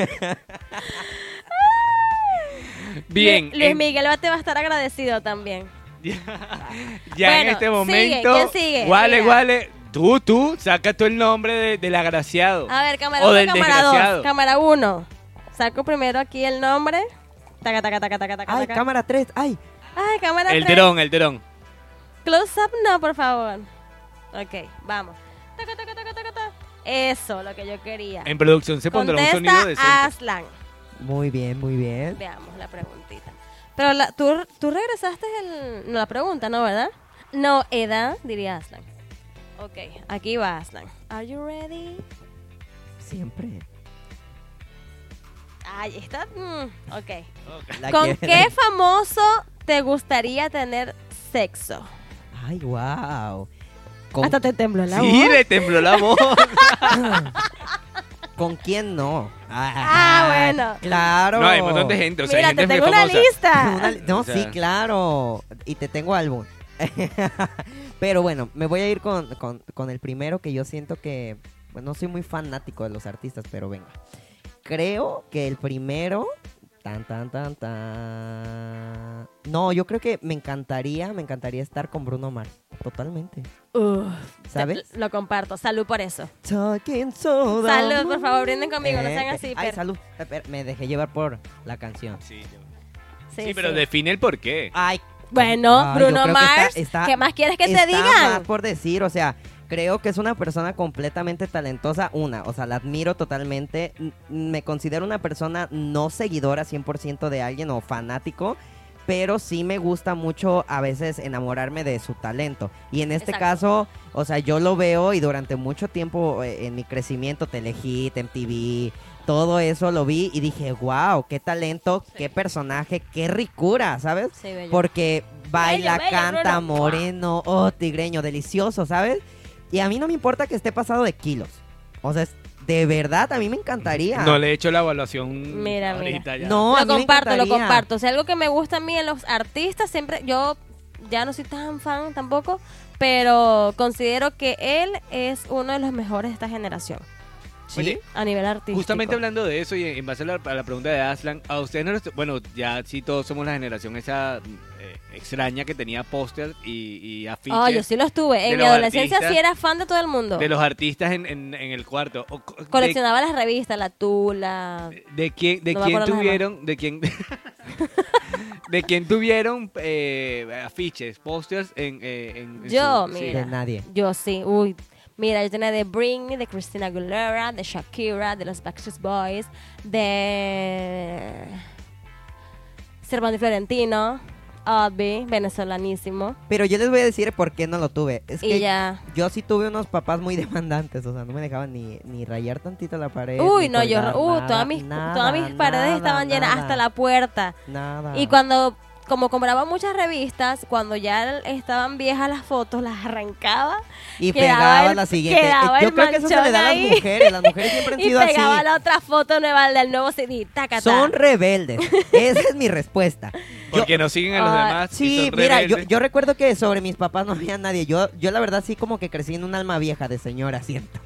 Bien. Luis Miguel te va a estar agradecido también. Ya en Bueno, este sigue, momento. ¿quién sigue? Guale, Mira. Tú, saca tú el nombre del agraciado. A ver, cámara O 1, del cámara desgraciado. 2. Cámara 1. Saco primero aquí el nombre. Taca, taca, taca, taca, taca. ¡Ay, taca. cámara 3! ¡Ay! Ay, cámara 3. El dron. Close up, no, por favor. Ok, vamos. Taca, taca, taca, taca, taca. Eso, lo que yo quería. En producción se pondrá un sonido Contesta decente. Aslan. Muy bien. Veamos la preguntita. Pero tú regresaste no, la pregunta, ¿no, verdad? No, edad, diría Aslan. Ok, aquí va Aslan. Are you ready? Siempre. Ay, está... ok. La ¿Con que- qué famoso te gustaría tener sexo? ¡Ay, wow! Hasta te tembló la Sí, voz. le tembló la voz. ¿Con quién no? Bueno. Claro. No, hay un montón de gente. O sea, Mira, hay te gente tengo muy una famosa. lista. No, O sea- sí, claro. Y te tengo álbum. Pero bueno, me voy a ir con el primero, que yo siento que... Pues no soy muy fanático de los artistas, pero venga. Creo que el primero... No, yo creo que me encantaría estar con Bruno Mars. Totalmente. ¿Sabes? Lo comparto. Salud por eso. Talking so Salud, por favor, brinden conmigo, no sean así. Ay, pero- salud. Me dejé llevar por la canción. Sí, Sí, sí, pero sí. define el porqué. Ay, Bueno, ay, yo Bruno creo que Mars, está- ¿qué más quieres que te está digan? más por decir, o sea, creo que es una persona completamente talentosa, o sea, la admiro totalmente, me considero una persona no seguidora 100% de alguien o fanático, pero sí me gusta mucho a veces enamorarme de su talento. Y en este Exacto. caso, o sea, yo lo veo y durante mucho tiempo en mi crecimiento, Telehit, MTV, todo eso lo vi y dije, wow, qué talento, qué personaje, qué ricura, ¿sabes? Sí, bello. Porque baila, Bello, bello, canta, Bruno. moreno, tigreño, delicioso, ¿sabes? Y a mí no me importa que esté pasado de kilos. O sea, de verdad, a mí me encantaría. No le he hecho la evaluación Mira, ahorita ya. No, a lo mí me comparto, lo encantaría. comparto. O sea, algo que me gusta a mí en los artistas, siempre, yo ya no soy tan fan tampoco, pero considero que él es uno de los mejores de esta generación. ¿Sí? Oye, a nivel artístico. justamente hablando de eso y en base a la pregunta de Aslan, a ustedes no les... Bueno, ya sí todos somos la generación esa extraña que tenía pósters y afiches Oh, yo sí los tuve. de En mi los adolescencia artistas, sí era fan de todo el mundo. de los artistas en el cuarto. Coleccionaba las revistas, la Tula. ¿De quién No me acuerdo los tuvieron, de quién, de quién tuvieron afiches, pósters en Yo, sí. mira. De nadie. Yo sí, uy. Mira, yo tenía de Britney, de Christina Aguilera, de Shakira, de los Backstreet Boys, de Servando y Florentino, Obi, venezolanísimo. Pero yo les voy a decir por qué no lo tuve. Es Y que ya. yo sí tuve unos papás muy demandantes, o sea, no me dejaban ni rayar tantito la pared. Uy, ni no, yo, colgar todas mis paredes estaban llenas hasta la puerta. Nada. Y como compraba muchas revistas, cuando ya estaban viejas las fotos, las arrancaba. Y quedaba pegaba el- la siguiente. quedaba Yo el creo que eso se le da a las manchón ahí. mujeres. Las mujeres siempre han Y sido así. pegaba la otra foto nueva del nuevo CD. Tacata. Son rebeldes. Esa es mi respuesta. Porque no siguen a los Ah, demás. y Sí, son mira, rebeldes. yo recuerdo que sobre mis papás no había nadie. Yo la verdad sí como que crecí en un alma vieja de señora, siento.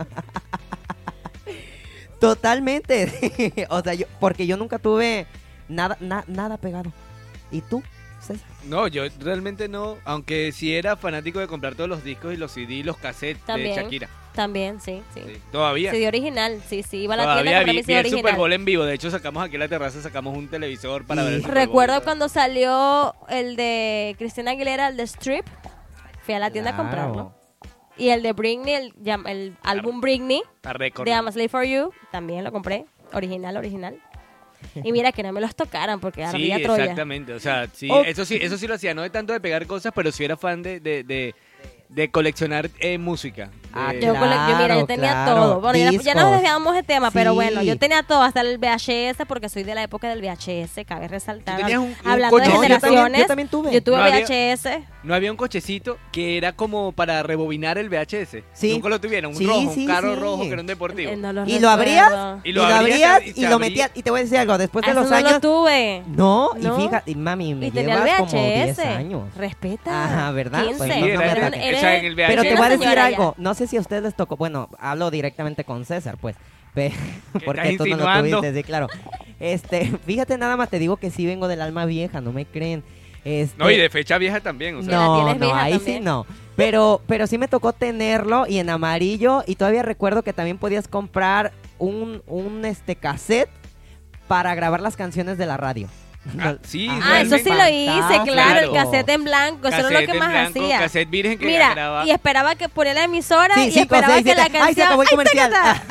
Totalmente. O sea, porque yo nunca tuve nada pegado. ¿Y tú, César? No, yo realmente no, aunque sí era fanático de comprar todos los discos y los CD y los cassettes También. de Shakira. También, sí. Sí, todavía. CD original, sí, iba a la tienda a Todavía comprar vi mi CD el Super original. Bowl en vivo. De hecho, sacamos aquí en la terraza, sacamos un televisor para ver el Super Bowl. Recuerdo cuando salió el de Christina Aguilera, el de Strip. Fui a la tienda a Claro. comprarlo. Y el de Britney, el álbum Britney Está récord. de I'm a Slave for You, también lo compré. Original. Y mira que no me los tocaran porque Sí, ardía Troya. exactamente. O sea, sí, Oh. eso sí lo hacía. No de tanto de pegar cosas, pero sí era fan de coleccionar música. Ah, De- Mira, yo tenía claro, todo. Bueno, ya discos. nos desviamos de tema, pero Sí. bueno, yo tenía todo, hasta el VHS, porque soy de la época del VHS, cabe resaltar. Tú tenías un Hablando de coche- No, generaciones, yo también tuve. yo tuve No había- VHS. No había un cochecito que era como para rebobinar el VHS. Sí. Nunca lo tuvieron. Un Sí, rojo, sí, un carro sí. rojo que era un deportivo. No lo Y lo abrías, recuerdo. Y y lo lo abrías, abrías se y lo abría. metías. Y te voy a decir algo, después de Eso los no años... lo tuve. No, No. y fíjate, y mami, me Y tenía el llevas como 10 VHS. años. Respeta. Ajá, ¿verdad? 15. Pues Sí, no me era, ataques. o sea, en el VHS. Pero te Era voy a una decir señora algo, no sé si a ustedes les tocó, bueno, hablo directamente con César, pues, porque estás tú no lo insinuando? tuviste, sí, claro. Fíjate, nada más te digo que sí vengo del alma vieja, no me creen. No, y de fecha vieja también. O sea, La No, tienes no, vieja ahí también. sí no. Pero sí me tocó tenerlo y en amarillo, y todavía recuerdo que también podías comprar un cassette para grabar las canciones de la radio. sí, Ah, eso sí lo hice, Fantástico. claro, el cassette en blanco, eso era lo cassette que en más blanco, hacía. cassette virgen que Mira, grababa. y esperaba que ponía la emisora Sí, y 5, esperaba 6, que 7. la canción... ¡Ay, se acabó el comercial!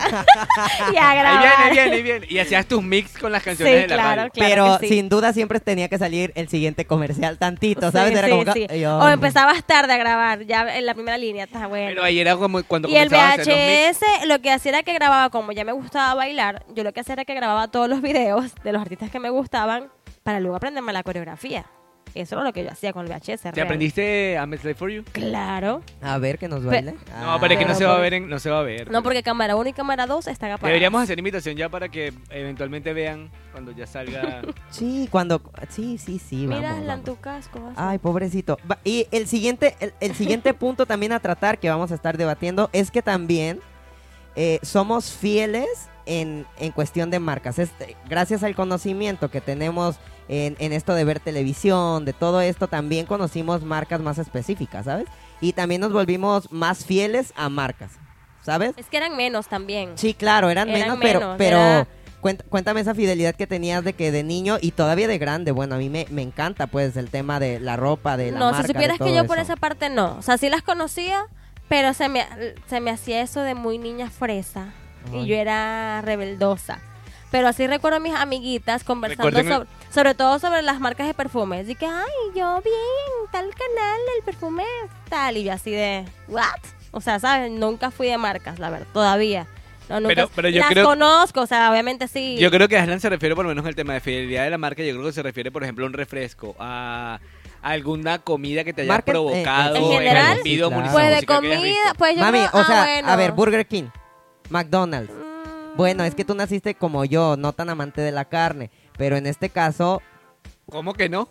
Y a grabar. Ahí viene. Y hacías tus mix con las canciones Sí, de la claro, radio. claro. Pero que sí. sin duda siempre tenía que salir el siguiente comercial tantito, ¿sabes? Sí, Era sí, como que- sí. Ay, oh, O no. empezabas tarde a grabar, ya en la primera línea, está bueno. Pero ahí era como cuando Y el comenzabas a hacer los mix. VHS lo que hacía era que grababa, como ya me gustaba bailar, yo lo que hacía era que grababa todos los videos de los artistas que me gustaban para luego aprenderme la coreografía. Eso era lo que yo hacía con el VHS. ¿Te real. aprendiste I'm a Slave for You? Claro. A ver, que nos baile. No, pero es que no pero se va a por- ver. No se va a ver. No, porque cámara 1 y cámara 2 están apagadas. Deberíamos hacer invitación ya para que eventualmente vean cuando ya salga. Sí, sí, Mira, vamos, en vamos. tu casco. vas. Ay, pobrecito. Y el siguiente punto también a tratar que vamos a estar debatiendo es que también somos fieles en cuestión de marcas. Gracias al conocimiento que tenemos en esto de ver televisión, de todo esto, también conocimos marcas más específicas, ¿sabes? Y también nos volvimos más fieles a marcas, ¿sabes? Es que eran menos también. Sí, claro, eran Eran menos, menos, pero era- cuéntame esa fidelidad que tenías de que de niño y todavía de grande. Bueno, a mí me encanta pues el tema de la ropa, de la No, marca, si supieras de que todo yo por eso. esa parte no. O sea, sí las conocía, pero se me hacía eso de muy niña fresa. Ay. Y yo era rebeldosa. Pero así recuerdo a mis amiguitas conversando Recuerden- sobre todo sobre las marcas de perfumes. Y que, ay, yo vi en tal canal el perfume tal. Y yo así de, ¿what? O sea, ¿sabes? Nunca fui de marcas, la verdad, todavía. No, nunca, Pero yo las creo- conozco, o sea, obviamente sí. Yo creo que Aslan se refiere por lo menos al tema de fidelidad de la marca. Yo creo que se refiere, por ejemplo, a un refresco, a alguna comida que te haya Marca, provocado en general, el olvido sí, claro. pues de musical que hayas comida, visto. pues yo Mami, creo, o sea, bueno. a ver, Burger King, McDonald's. Mm, Bueno, es que tú naciste como yo, no tan amante de la carne, pero en este caso, ¿Cómo que no?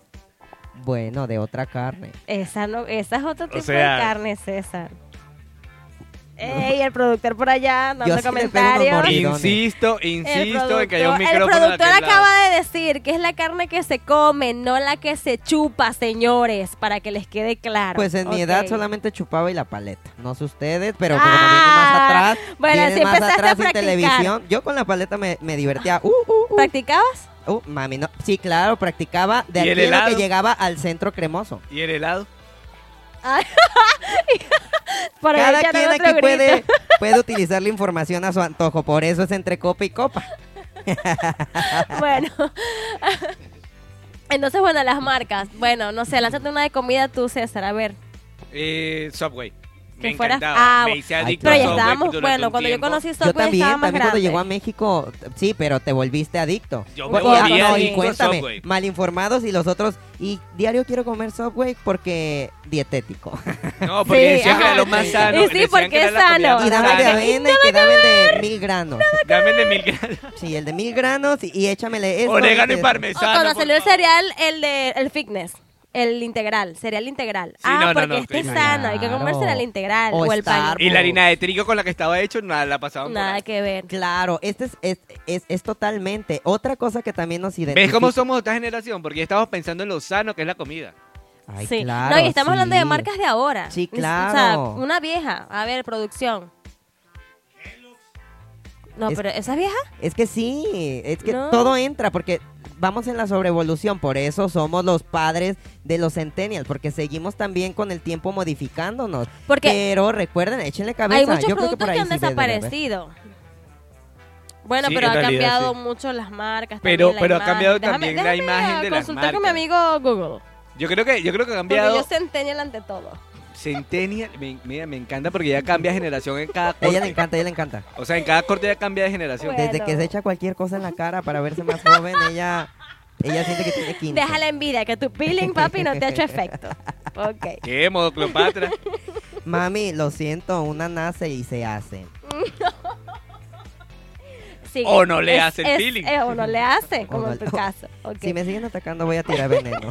bueno, de otra carne. esa es otro tipo sea, de carne, César. Ey, el productor por allá dando Yo sí le pego unos comentarios. mordidones. Insisto en que hay un El micrófono productor de aquel lado. acaba de decir que es la carne que se come, no la que se chupa, señores, para que les quede claro. Pues en mi Ok. edad solamente chupaba y la paleta. No sé ustedes, pero como Ah, vienen más atrás, bueno, vienen sí más empezaste a atrás en practicar. televisión. Yo con la paleta me divertía. ¿Practicabas? Mami, no. Sí, claro, practicaba de ¿Y el aquí a lo que helado? llegaba al centro cremoso. ¿Y el helado? Por ahí Cada echaron quien otro aquí grito. puede utilizar la información a su antojo, por eso es entre copa y copa. Bueno. Entonces, bueno, las marcas. Bueno, no sé, lánzate una de comida tú, César, a ver. Subway. Que Me fuera- encantaba. ah, Me hice Ay, adicto Pero a ya Subway estábamos, durante bueno, un cuando yo tiempo. conocí Yo Subway también estaba más cuando grande. llegó a México, sí, pero te volviste adicto. Yo me Oye, volví no, y adicto a cuéntame, Subway. malinformados y los otros, y diario quiero comer Subway porque dietético. No, porque Sí, decían que era ajá. lo más sano. Y sí, decían porque que era es la comida sano. más Y dame el de sana. avena y que dame el de 1000 granos. Dame el de 1000 granos. Sí, el de 1000 granos y échamele esto. Orégano y esto. O parmesano. cuando por salió el favor. cereal, el fitness. El integral, cereal integral. Sí, no, porque no, este es sí, sano, hay que comer claro. cereal integral. O O el pan. Starbucks. Y la harina de trigo con la que estaba hecho, nada, la pasaban por Nada ahí. que ver. Claro, este es totalmente. Otra cosa que también nos identifica. ¿Ves cómo somos otra generación? Porque ya estamos pensando en lo sano que es la comida. Ay, Sí. claro, No, y estamos hablando de sí. marcas de ahora. Sí, O sea, claro. una vieja. A ver, producción. No, Es- pero ¿esa vieja? Es que sí, es que No. todo entra porque vamos en la sobreevolución, por eso somos los padres de los centennials, porque seguimos también con el tiempo modificándonos. Porque Pero recuerden, échenle cabeza. hay muchos Yo creo que productos por que ahí han sí debe de haber. desaparecido. Bueno, Sí, pero en ha realidad, cambiado sí. mucho las marcas. Pero- también, la pero ha imagen. cambiado también la déjame imagen de las consultar con mi marcas. amigo Google. Yo creo que ha Porque cambiado. yo centennial ante todo. Centennial, mira, me encanta porque ya cambia generación en cada A ella le corte. encanta, a ella le encanta. O sea, en cada corte ya cambia de generación. Bueno. Desde que se echa cualquier cosa en la cara para verse más joven, ella siente que tiene 15. Deja la envidia, que tu peeling, papi, no te ha hecho efecto. Ok. ¿Qué? ¿Modo Cleopatra? Mami, lo siento, una nace y se hace. Sigue. O no le hace el peeling. O no le hace, O como no- en tu caso. Ok. Si me siguen atacando voy a tirar veneno.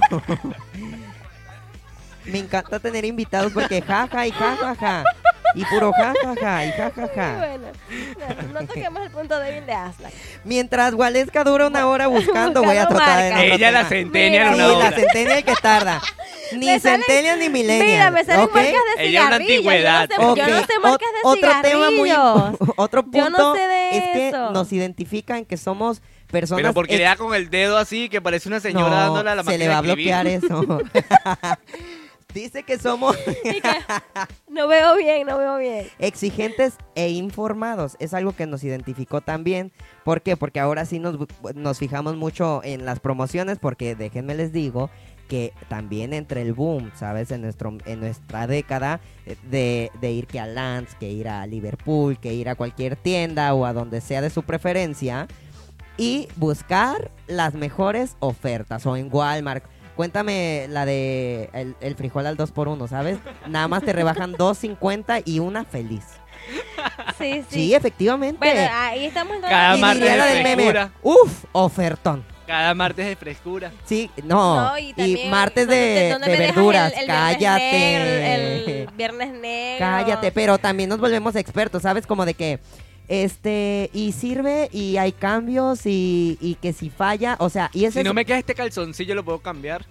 Me encanta tener invitados porque jaja y jajaja. Y puro jajaja y jajaja. Bueno, no toquemos el punto débil de Aslan. Mientras Waleska dura una hora buscando, voy a Buscando tratar en marca. otro Ella la tema. centennial Mira, una Sí, la hora. centennial que tarda. Ni Me salen- centennial ni millennial. Mira, me salen ¿ok? marcas de Ella es una cigarrillos. antigüedad. Yo no sé, yo no sé marcas de Otro tema muy cigarrillos. otro Yo punto no sé de es que eso. nos identifican que somos personas Pero porque le ex- da con el dedo así, que parece una señora No, dándole a la se máquina le va a de escribir. bloquear eso. Dice que somos Y que, no veo bien, no veo bien. exigentes e informados. Es algo que nos identificó también. ¿Por qué? Porque ahora sí nos fijamos mucho en las promociones, porque déjenme les digo que también entre el boom, ¿sabes? En nuestra década de ir que a Lance, que ir a Liverpool, que ir a cualquier tienda o a donde sea de su preferencia y buscar las mejores ofertas o en Walmart. Cuéntame la de el frijol al 2x1, ¿sabes? Nada más te rebajan 2.50 y una feliz. Sí, sí. Sí, efectivamente. Bueno, ahí estamos entonces. Cada Y martes diría la de del meme, frescura. uf, ofertón. Cada martes de frescura. Sí, no, No, y también, martes ¿dónde de me dejas verduras, el viernes cállate. negro, el viernes negro. Cállate, pero también nos volvemos expertos, ¿sabes? Como de que, y sirve, y hay cambios, y que si falla, o sea, y eso Si no me queda este calzoncillo, lo puedo cambiar.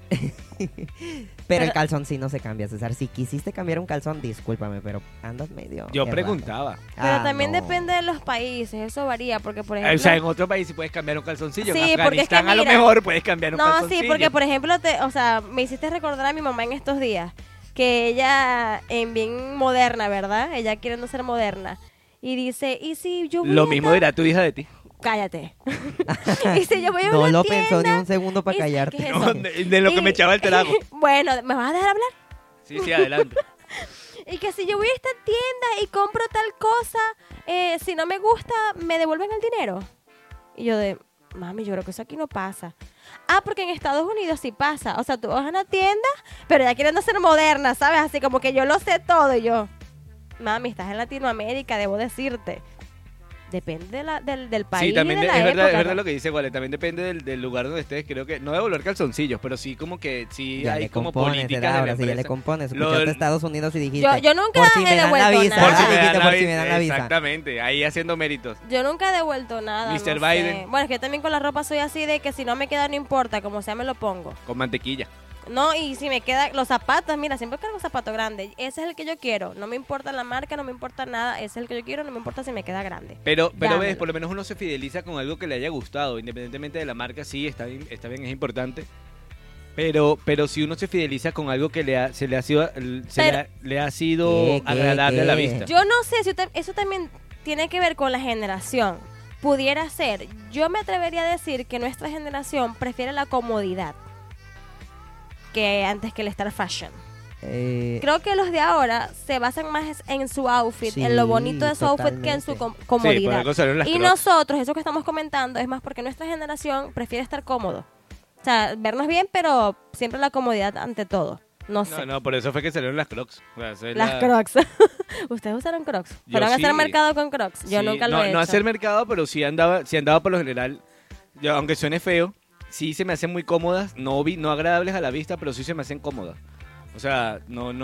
pero el calzón sí no se cambia, César. Si quisiste cambiar un calzón, discúlpame, pero andas medio Yo errado. preguntaba. Pero Ah, también no. depende de los países, eso varía, porque por ejemplo... O sea, en otro país sí puedes cambiar un calzoncillo. Sí, en porque es que Afganistán a lo mira- mejor puedes cambiar un No, calzoncillo. sí, porque por ejemplo, o sea, me hiciste recordar a mi mamá en estos días, que ella, en bien moderna, ¿verdad? Ella queriendo ser moderna. Y dice, ¿y si yo voy Lo a mismo esta- dirá tu hija de ti. Cállate. Y si yo voy a No una lo tienda... pensó ni un segundo para y- callarte. ¿qué es No, eso? de lo que Y- me echaba el trago. Bueno, ¿me vas a dejar hablar? Sí, sí, adelante. Y que si yo voy a esta tienda y compro tal cosa, si no me gusta, ¿me devuelven el dinero? Y yo de, mami, yo creo que eso aquí no pasa. Ah, porque en Estados Unidos sí pasa. O sea, tú vas a una tienda, pero ya queriendo ser moderna, ¿sabes? Así como que yo lo sé todo. Y yo, mami, estás en Latinoamérica, debo decirte. Depende del país Sí, también y de la es verdad, época, es verdad ¿no? lo que dice Wale, también depende del lugar donde estés, creo que, no de volver calzoncillos, pero sí como que, sí Ya hay le como compones, políticas ¿verdad? de la Ahora sí ya le empresa. compones. Lo Escuchaste del- Estados Unidos y dijiste... Yo nunca por si he me dan la devuelto visa. nada. Por si me dijiste, dan por la si me dan la visa. Exactamente, ahí haciendo méritos. Yo nunca he devuelto nada. Mr. no sé. Biden. Bueno, es que yo también con la ropa soy así de que si no me queda no importa, como sea me lo pongo. Con mantequilla. No, y si me queda los zapatos, mira, siempre cargo zapato grande. Ese es el que yo quiero. No me importa la marca, no me importa nada. Ese es el que yo quiero, no me importa si me queda grande. Pero ves, Dámelo. por lo menos uno se fideliza con algo que le haya gustado, independientemente de la marca, sí, está bien, es importante. Pero si uno se fideliza con algo que le ha sido ¿Qué? agradable a la vista. Yo no sé si eso también tiene que ver con la generación. Pudiera ser. Yo me atrevería a decir que nuestra generación prefiere la comodidad que antes que el Star Fashion. Creo que los de ahora se basan más en su outfit, Sí, en lo bonito de su outfit que en su totalmente. Sí, por comodidad. algo salieron las Y Crocs. nosotros, eso que estamos comentando, es más porque nuestra generación prefiere estar cómodo. O sea, vernos bien, pero siempre la comodidad ante todo. No sé. No, por eso fue que salieron las Crocs. O sea, eso es Las la- Crocs. ¿Ustedes usaron Crocs? Yo ¿Fueron a hacer sí. mercado con Crocs? Yo Sí, nunca lo no, he hecho. no hacer mercado, pero sí andaba por lo general. Yo, aunque suene feo, sí se me hacen muy cómodas, no agradables a la vista, pero sí se me hacen cómodas. O sea,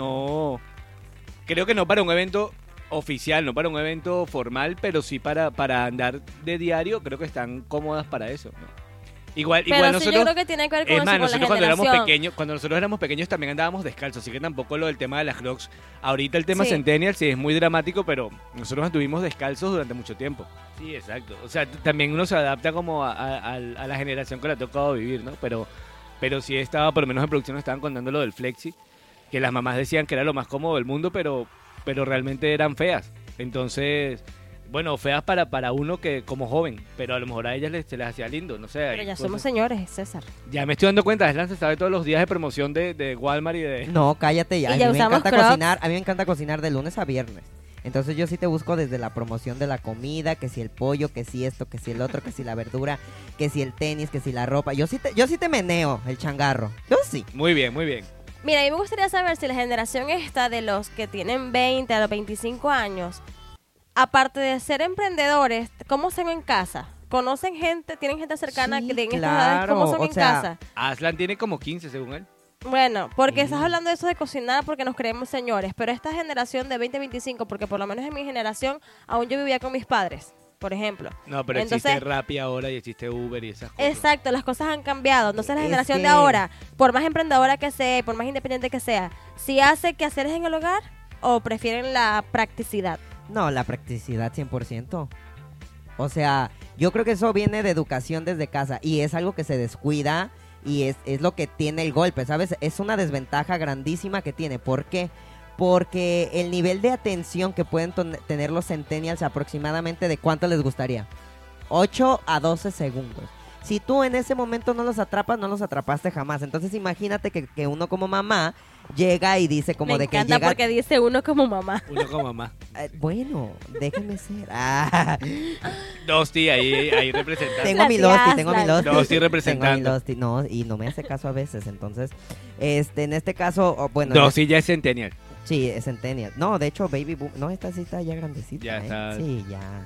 no. Creo que no para un evento oficial, no para un evento formal, pero sí para andar de diario, creo que están cómodas para eso, ¿no? Igual Pero sí, nosotros. yo creo que tiene que ver con Es eso, más, con la nosotros generación. cuando nosotros éramos pequeños también andábamos descalzos, así que tampoco lo del tema de las Crocs. Ahorita el tema Sí. Centennial sí es muy dramático, pero nosotros estuvimos descalzos durante mucho tiempo. Sí, exacto. O sea, también uno se adapta como a la generación que le ha tocado vivir, ¿no? Pero sí estaba, por lo menos en producción nos estaban contando lo del flexi, que las mamás decían que era lo más cómodo del mundo, pero realmente eran feas. Entonces, bueno, feas para uno que como joven, pero a lo mejor a ellas se les hacía lindo, no sé. Pero hay ya cosas- somos señores, César. Ya me estoy dando cuenta, Aslan se sabe todos los días de promoción de Walmart y de... No, cállate ya. Y A ya mí me usamos encanta Crocs. cocinar. A mí me encanta cocinar de lunes a viernes. Entonces yo sí te busco desde la promoción de la comida, que si el pollo, que si esto, que si el otro, que si la verdura, que si el tenis, que si la ropa. Yo sí te meneo el changarro. Yo sí. Muy bien, muy bien. Mira, a mí me gustaría saber si la generación esta de los que tienen 20 a los 25 años, aparte de ser emprendedores, ¿cómo son en casa? ¿Conocen gente, tienen gente cercana Sí, que de en estas edades, cómo claro, son o en sea, casa? Aslan tiene como 15 según él. Bueno, porque estás hablando de eso de cocinar porque nos creemos señores, pero esta generación de 20-25, porque por lo menos en mi generación aún yo vivía con mis padres, por ejemplo. No, pero Entonces- existe Rappi ahora y existe Uber y esas cosas. Exacto, las cosas han cambiado. Entonces la Es generación que- de ahora, por más emprendedora que sea, y por más independiente que sea, ¿sí hace quehaceres en el hogar o prefieren la practicidad? No, la practicidad 100%. O sea, yo creo que eso viene de educación desde casa y es algo que se descuida y es lo que tiene el golpe, ¿sabes? Es una desventaja grandísima que tiene. ¿Por qué? Porque el nivel de atención que pueden tener los centennials aproximadamente de cuánto les gustaría. 8 a 12 segundos. Si tú en ese momento no los atrapas, no los atrapaste jamás. Entonces imagínate que uno como mamá llega y dice como Me de que encanta llega... porque dice uno como mamá. Uno como mamá. Bueno, déjenme ser. Ah, Dosti ahí representando. tengo mi Gracias, Losti, tengo mi Lalo. Losti. No, estoy Tengo mi representando. Losti, no, y no me hace caso a veces. Entonces, en este caso, bueno, Dosti ya es Centennial. sí, es Centennial. No, de hecho, Baby Boom, no, esta sí está ya grandecita. Ya ¿eh? está. Sí, ya.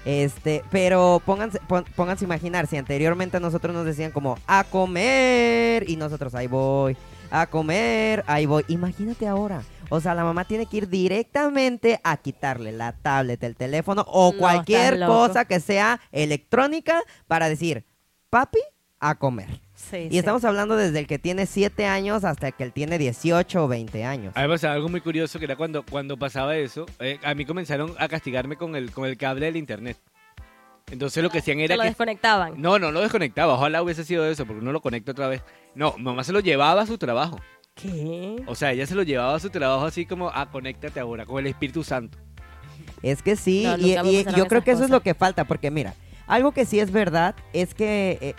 Pero pónganse a imaginar, si anteriormente a nosotros nos decían como, a comer, y nosotros, ahí voy, a comer, ahí voy. Imagínate ahora. O sea, la mamá tiene que ir directamente a quitarle la tablet, el teléfono o No, cualquier estás loco. cosa que sea electrónica para decir, papi, a comer. Sí, Y estamos hablando desde el que tiene 7 años hasta el que él tiene 18 o 20 años. A mí me pasaba algo muy curioso que era cuando pasaba eso, a mí comenzaron a castigarme con el cable del internet. Entonces lo que hacían Se era lo que... desconectaban. No lo desconectaba, ojalá hubiese sido eso, porque no lo conecto otra vez. No, mamá se lo llevaba a su trabajo. ¿Qué? O sea, ella se lo llevaba a su trabajo así como, conéctate ahora con el Espíritu Santo. Es que sí, No, y nunca me y pasaron yo creo esas que eso es cosas. lo que falta, porque mira, algo que sí es verdad es que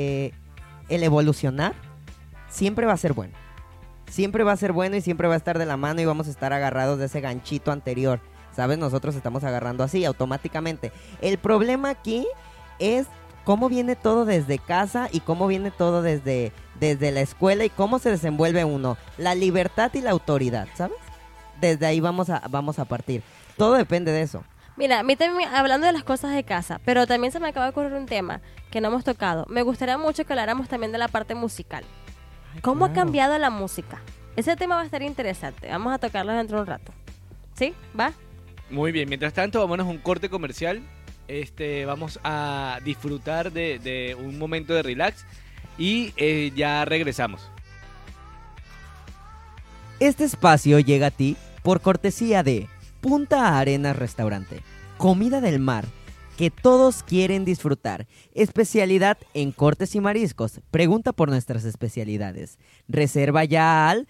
el evolucionar siempre va a ser bueno. Siempre va a ser bueno y siempre va a estar de la mano y vamos a estar agarrados de ese ganchito anterior. ¿Sabes? Nosotros estamos agarrando así automáticamente. El problema aquí es cómo viene todo desde casa y cómo viene todo desde la escuela y cómo se desenvuelve uno. La libertad y la autoridad, ¿sabes? Desde ahí vamos a partir. Todo depende de eso. Mira, a mí también, hablando de las cosas de casa, pero también se me acaba de ocurrir un tema que no hemos tocado. Me gustaría mucho que habláramos también de la parte musical. ¿Cómo ha claro. cambiado la música? Ese tema va a estar interesante. Vamos a tocarlo dentro de un rato. ¿Sí? ¿Va? Muy bien, mientras tanto, vámonos a un corte comercial. Vamos a disfrutar de un momento de relax y ya regresamos. Este espacio llega a ti por cortesía de Punta Arenas Restaurante. Comida del mar que todos quieren disfrutar. Especialidad en cortes y mariscos. Pregunta por nuestras especialidades. Reserva ya al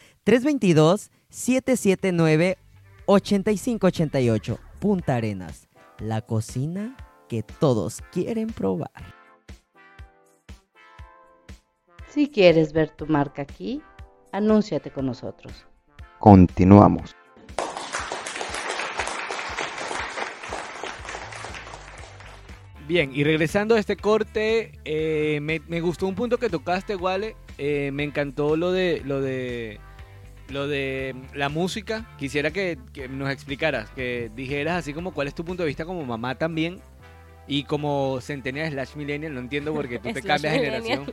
322-779-8588. Punta Arenas. La cocina que todos quieren probar. Si quieres ver tu marca aquí, anúnciate con nosotros. Continuamos. Bien, y regresando a este corte, me gustó un punto que tocaste, Wale. Me encantó lo de la música. Quisiera que nos explicaras, que dijeras así como cuál es tu punto de vista como mamá también y como centennial / millennial. No entiendo porque tú te Slash cambias de generación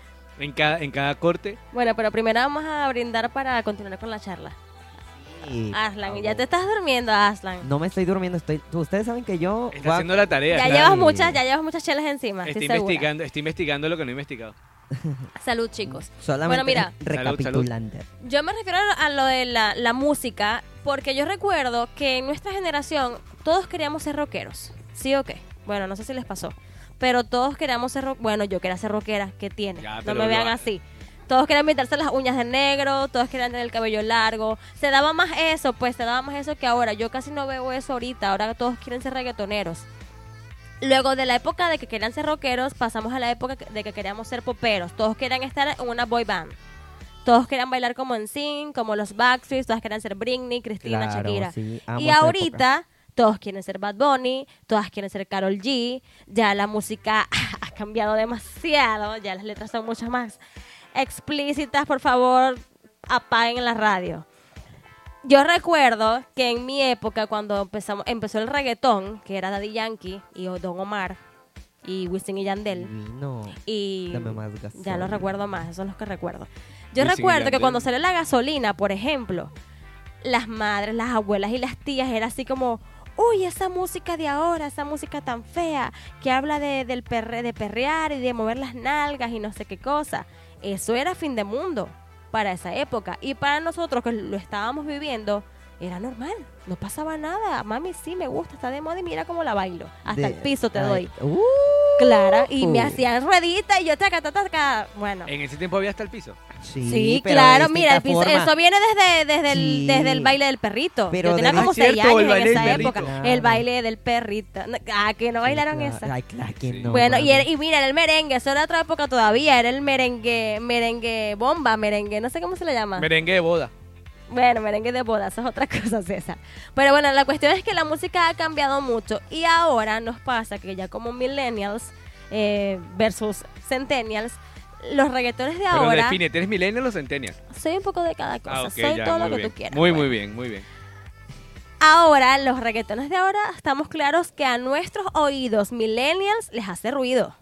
en cada corte. Bueno, pero primero vamos a brindar para continuar con la charla. Sí, Aslan, por ya te favor. estás durmiendo, Aslan. No me estoy durmiendo, ustedes saben que yo... Está haciendo la tarea. Ya claro. llevas muchas chelas encima, estoy segura. Estoy investigando lo que no he investigado. Salud, chicos. Solamente Bueno, mira. recapitulando. Yo me refiero a lo de la música, porque yo recuerdo que en nuestra generación todos queríamos ser rockeros, ¿sí o qué? Bueno, no sé si les pasó, pero todos queríamos ser bueno, yo quería ser rockera, ¿qué tiene? Ya, No pero me vean así. Todos querían pintarse las uñas de negro, todos querían tener el cabello largo. Se daba más eso, pues se daba más eso que ahora. Yo casi no veo eso ahorita, ahora todos quieren ser reggaetoneros. Luego de la época de que querían ser rockeros, pasamos a la época de que queríamos ser poperos. Todos querían estar en una boy band. Todos querían bailar como NSYNC, como los Backstreet, todas querían ser Britney, Cristina, Claro, Shakira. sí, amo Y esa ahorita todos quieren ser Bad Bunny, todas quieren ser Karol G. Ya la música ha cambiado demasiado, ya las letras son mucho más explícitas. Por favor, apaguen la radio. Yo recuerdo que en mi época, cuando empezó el reggaetón, que era Daddy Yankee y Don Omar y Wisin y Yandel, No, y dame más gasolina. ya los recuerdo más, esos son los que recuerdo. Yo Wisin y recuerdo que Yandel. cuando salió la gasolina, por ejemplo, las madres, las abuelas y las tías era así como, uy, esa música de ahora, esa música tan fea, que habla de perrear y de mover las nalgas y no sé qué cosa. Eso era fin de mundo para esa época. Y para nosotros que lo estábamos viviendo, era normal, no pasaba nada. Mami, sí, me gusta, está de moda y mira cómo la bailo. Hasta el piso te doy. Clara, y me hacían ruedita y yo taca. Bueno. En ese tiempo había hasta el piso. Sí, pero claro, de mira, el piso, distinta forma. eso viene Sí. desde el baile del perrito. Pero Yo tenía de- como Ah, cierto, 6 años el en baile del esa perrito. época. Claro. El baile del perrito. No, que no bailaron esa. Ay, claro que Sí. no. Bueno, mami. y mira, era el merengue, eso era otra época todavía, era el merengue bomba, merengue, no sé cómo se le llama. Merengue de boda. Bueno, merengue de boda, eso es otra cosa, César. Pero bueno, la cuestión es que la música ha cambiado mucho y ahora nos pasa que ya como millennials versus centennials, los reggaetones de Pero ahora, define, ¿eres millennial o centennial? soy un poco de cada cosa, Ok, soy ya, todo muy lo que bien. tú quieras. Muy, Bueno. muy bien, muy bien. Ahora, los reggaetones de ahora, estamos claros que a nuestros oídos millennials les hace ruido.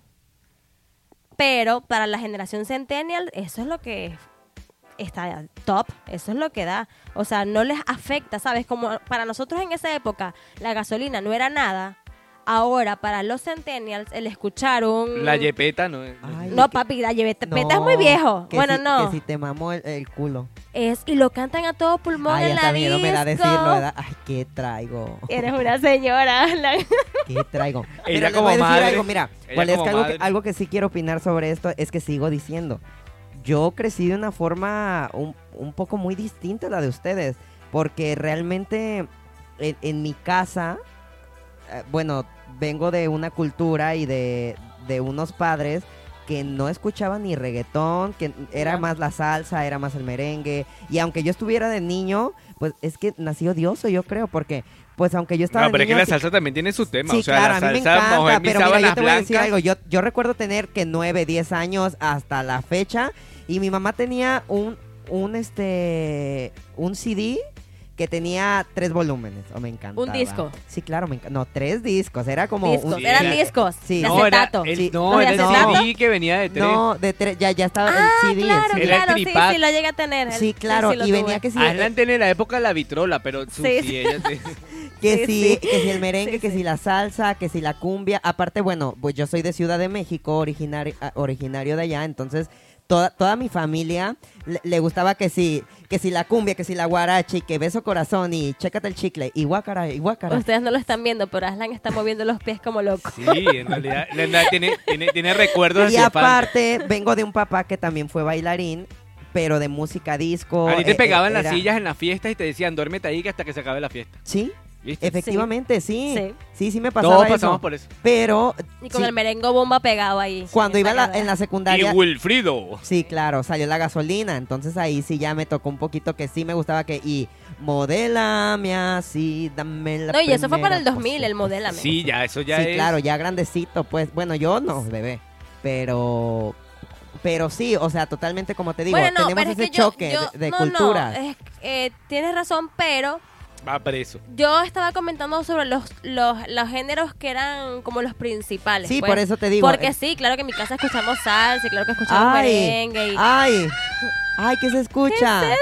Pero para la generación centennial, eso es lo que está top, eso es lo que da. O sea, no les afecta, ¿sabes? Como para nosotros en esa época la gasolina no era nada, ahora para los centennials el escuchar un... La yepeta, ¿no? Ay, No, que- papi, la lleveta no, es muy viejo. que Bueno, si- no. Que si te mamó el culo. Y lo cantan a todo pulmón Ay, en la hasta miedo me da disco. decirlo, ¿verdad? Ay, ¿qué traigo? Eres una señora. ¿Qué traigo? Ella Pero les como voy a decir madre, algo, mira, ella Wale, es como que madre. algo que sí quiero opinar sobre esto es que sigo diciendo, yo crecí de una forma un poco muy distinta a la de ustedes, porque realmente en mi casa, bueno, vengo de una cultura y de unos padres que no escuchaban ni reggaetón, que era No. más la salsa, era más el merengue, y aunque yo estuviera de niño, pues es que nací odioso, yo creo, porque pues aunque yo estaba No, de pero es que niño, la sí- salsa también tiene su tema. Sí, o sea, claro, la a mí me salsa, encanta, mover mis pero mira, yo sábanas te voy a decir blancas. algo. Yo recuerdo tener que 9, 10 años hasta la fecha y mi mamá tenía un CD que tenía 3 volúmenes. Me encantaba. ¿Un disco? Sí, claro, no, 3 discos. Era como Discos, un... eran era- discos Sí. de No, era acetato. el, Sí. no, ¿Los de era el acetato? CD que venía de 3. No, de 3, ya estaba Ah, el CD. claro, el CD. Era el claro, sí, tripack. sí, lo llegué a tener. Sí, claro, lo y venía tuve. que sí, Aslan tenía en la época la vitrola, pero Sí, sí. ella sí. que Sí, sí, que si el merengue, Sí, que sí. si la salsa, que si la cumbia. Aparte, bueno, pues yo soy de Ciudad de México, originario de allá, entonces toda mi familia le gustaba que si la cumbia, que si la guaracha y que beso corazón y chécate el chicle y guácara y guácara. Ustedes no lo están viendo, pero Aslan está moviendo los pies como loco. Sí, en realidad tiene recuerdos Y hacia infancia. aparte, vengo de un papá que también fue bailarín, pero de música disco. A ti te pegaban las era- sillas en las fiestas y te decían, duérmete ahí que hasta que se acabe la fiesta. Sí, ¿Viste? efectivamente, sí. Sí. Sí me pasaba Todos eso. pasamos por eso. Pero Y con sí, el merengo bomba pegado ahí. cuando iba Esta en la Y secundaria... Wilfrido. Sí, claro, salió la gasolina, entonces ahí sí ya me tocó un poquito que sí me gustaba que... Y modélame así, dame la No, y eso fue para el primera 2000, pose. el modélame. Sí, ya, eso ya Sí, es. claro, ya grandecito, pues. Bueno, yo no, bebé. Pero sí, o sea, totalmente como te digo, Bueno, no, tenemos pero es ese que yo- choque yo- de no, culturas. No, tienes razón, pero Va preso. yo estaba comentando sobre los géneros que eran como los principales. Sí, pues. por eso te digo. Porque sí, claro que en mi casa escuchamos salsa, y claro que escuchamos Ay, merengue. Y... ay, ay, ¿qué se escucha? ¿Qué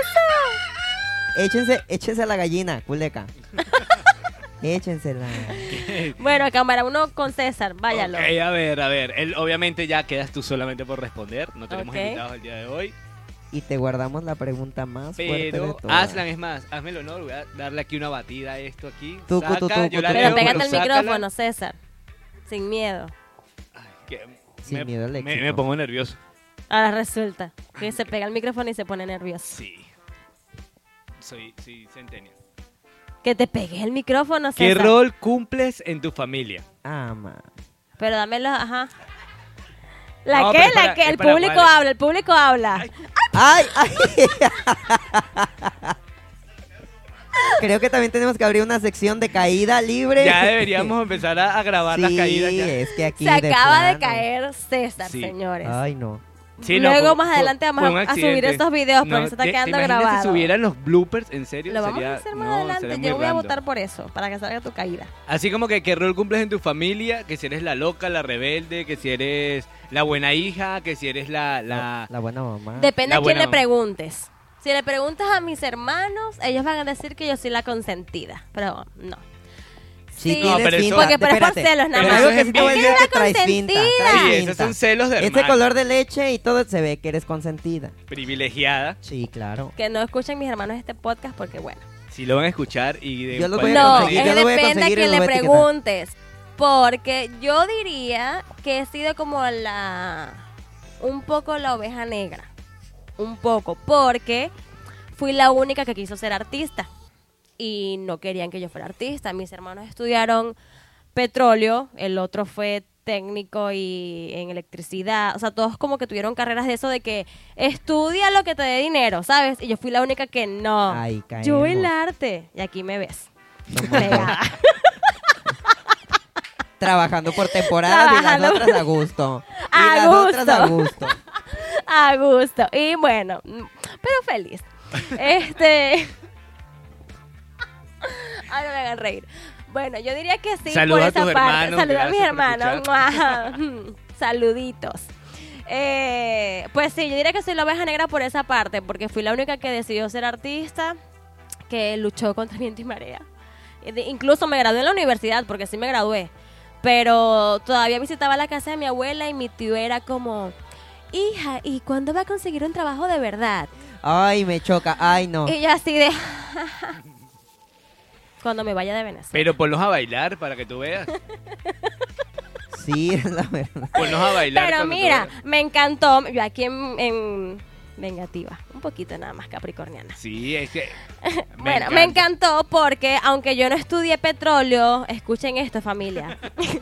es eso? Échense a la gallina, culeca. Échensela. Bueno, cámara 1 con César, váyalo. Ok, a ver. Él, obviamente ya quedas tú solamente por responder. No tenemos Ok. invitados el día de hoy. Y te guardamos la pregunta más fuerte de Pero, todas. Aslan, es más, hazme el honor, voy a darle aquí una batida a esto aquí. Tucu, Saca, tucu, yo la tucu. Pero leo, pégate el sácala. micrófono, César. Sin miedo. Ay, que Sin miedo al éxito. me pongo nervioso. Ahora resulta que se pega el micrófono y se pone nervioso. Sí. Soy centennial. Que te pegues el micrófono, ¿Qué César. rol cumples en tu familia? Ah, man. Pero dámelo, ajá. ¿La No, qué? pero ¿La espera, qué? El espera, público vale. habla, el público habla. ¡Ay, ay! Creo que también tenemos que abrir una sección de caída libre. Ya deberíamos empezar a grabar las Sí, caídas ya. es que aquí Se acaba de plano. caer César, Sí. señores. Ay, no. Sí, no, Luego fue- más fue- adelante vamos fue un a subir accidente. estos videos, pero No, eso está ¿te quedando imaginas grabado. si subieran los bloopers? ¿En serio? Lo vamos Sería- a hacer más no, adelante. sería muy Yo voy a random. votar por eso, para que salga tu caída. Así como que qué rol cumples en tu familia, que si eres la loca, la rebelde, que si eres la buena hija, que si eres la... La buena mamá. Depende La a quién buena le mamá. preguntes. Si le preguntas a mis hermanos, ellos van a decir que yo soy la consentida. Pero no. Sí, Sí. tienes No, pero eso- finta. Porque pero es por Espérate. celos nada Pero más. eso Algo es que sí te voy a decir envidia. es que traes Consentida. finta. Sí, Traes esos finta. son celos de Ese hermano. color de leche y todo se ve que eres consentida. Privilegiada. Sí, claro. Que no escuchen mis hermanos este podcast porque bueno. Si lo van a escuchar y de Yo los cuál- voy a No, conseguir, es yo lo voy a depende a conseguir y quien lo le voy a etiquetar. preguntes. Porque yo diría que he sido como un poco la oveja negra. Un poco. Porque fui la única que quiso ser artista. Y no querían que yo fuera artista. Mis hermanos estudiaron petróleo. El otro fue técnico y en electricidad. O sea, todos como que tuvieron carreras de eso de que estudia lo que te dé dinero, ¿sabes? Y yo fui la única que no. Ay, Yo el caemos. arte. Y aquí me ves. Somos Pegada. Trabajando por temporadas y las Trabajando otras a gusto. Y A las gusto. otras a gusto. A gusto. Y bueno, pero feliz. Ay, no me hagan reír. Bueno, yo diría que sí Saluda por a esa tus parte. hermanos, Saluda a mis gracias por hermanos. Mua. Saluditos. Pues sí, yo diría que soy la oveja negra por esa parte, porque fui la única que decidió ser artista, que luchó contra viento y marea. Incluso me gradué en la universidad, porque sí me gradué. Pero todavía visitaba la casa de mi abuela y mi tío era como, hija, ¿y cuándo va a conseguir un trabajo de verdad? Ay, me choca. Ay, no. Y yo así de... Cuando me vaya de Venezuela. Pero ponlos a bailar para que tú veas. Sí, es la verdad. Ponlos a bailar. Pero cuando tú mira, veas. me encantó. Yo aquí en vengativa, un poquito nada más capricorniana. Sí, es que... Bueno, me encantó porque aunque yo no estudié petróleo, escuchen esto, familia.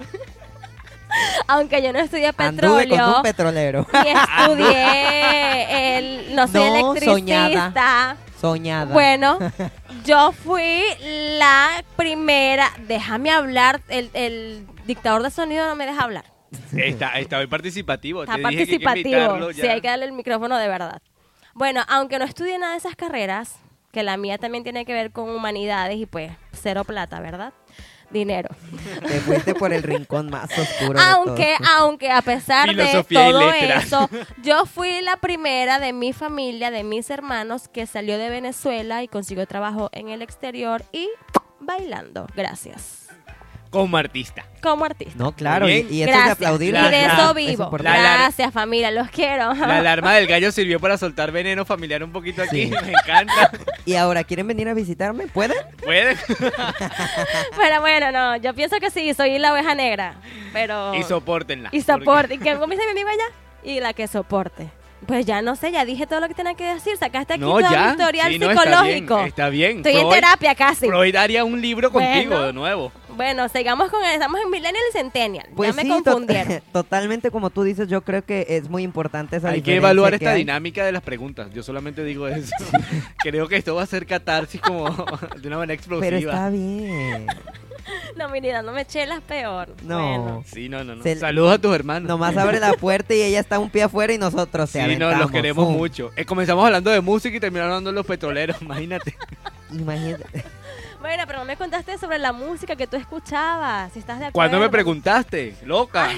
Aunque yo no estudié Anduve con petróleo un petrolero. y estudié no soy No, electricista. Soñada. Bueno, yo fui la primera. Déjame hablar. El dictador de sonido no me deja hablar. Está muy participativo. Está Te dije que hay que participativo. invitarlo Sí, ya. hay que darle el micrófono de verdad. Bueno, aunque no estudié nada de esas carreras, que la mía también tiene que ver con humanidades y pues cero plata, ¿verdad? Dinero. Te fuiste por el rincón más oscuro de Aunque a pesar de Filosofía y todo letras. eso, yo fui la primera de mi familia, de mis hermanos, que salió de Venezuela y consiguió trabajo en el exterior y bailando. Gracias. Como artista. Como artista. No, claro, y Bien. eso es de Gracias. aplaudir. Y de eso La- vivo. importante. Gracias, familia, los quiero. La alarma del gallo sirvió para soltar veneno familiar un poquito aquí. Sí. Me encanta. Y ahora, ¿quieren venir a visitarme? ¿Pueden? ¿Pueden? Pero bueno, no, yo pienso que sí, soy la oveja negra, pero... Y sopórtenla. Y soporte. ¿Y qué me dice mi amiga allá? Y la que soporte. Pues ya no sé, ya dije todo lo que tenía que decir. Sacaste aquí No, todo ya. mi historial Sí, no, psicológico. Está bien. Estoy en Freud- terapia casi. Freud haría un libro contigo Bueno. de nuevo. Bueno, sigamos con él. Estamos en Millennial y Centennial. Pues ya me sí, confundieron. totalmente como tú dices, yo creo que es muy importante esa Hay que diferencia evaluar que esta hay. dinámica de las preguntas. Yo solamente digo eso. Creo que esto va a ser catarsis como de una manera explosiva. Pero está bien. No, mi vida, no me chelas peor. No. Bueno. Sí, no. Se- Saludos a tus hermanos. Nomás abre la puerta y ella está un pie afuera y nosotros Sí, te no, aventamos. los queremos ¡Fum! mucho. Comenzamos hablando de música y terminaron hablando de los petroleros, imagínate. Imagínate. Bueno, pero no me contaste sobre la música que tú escuchabas. Si estás de acuerdo. ¿Cuándo me preguntaste? Loca.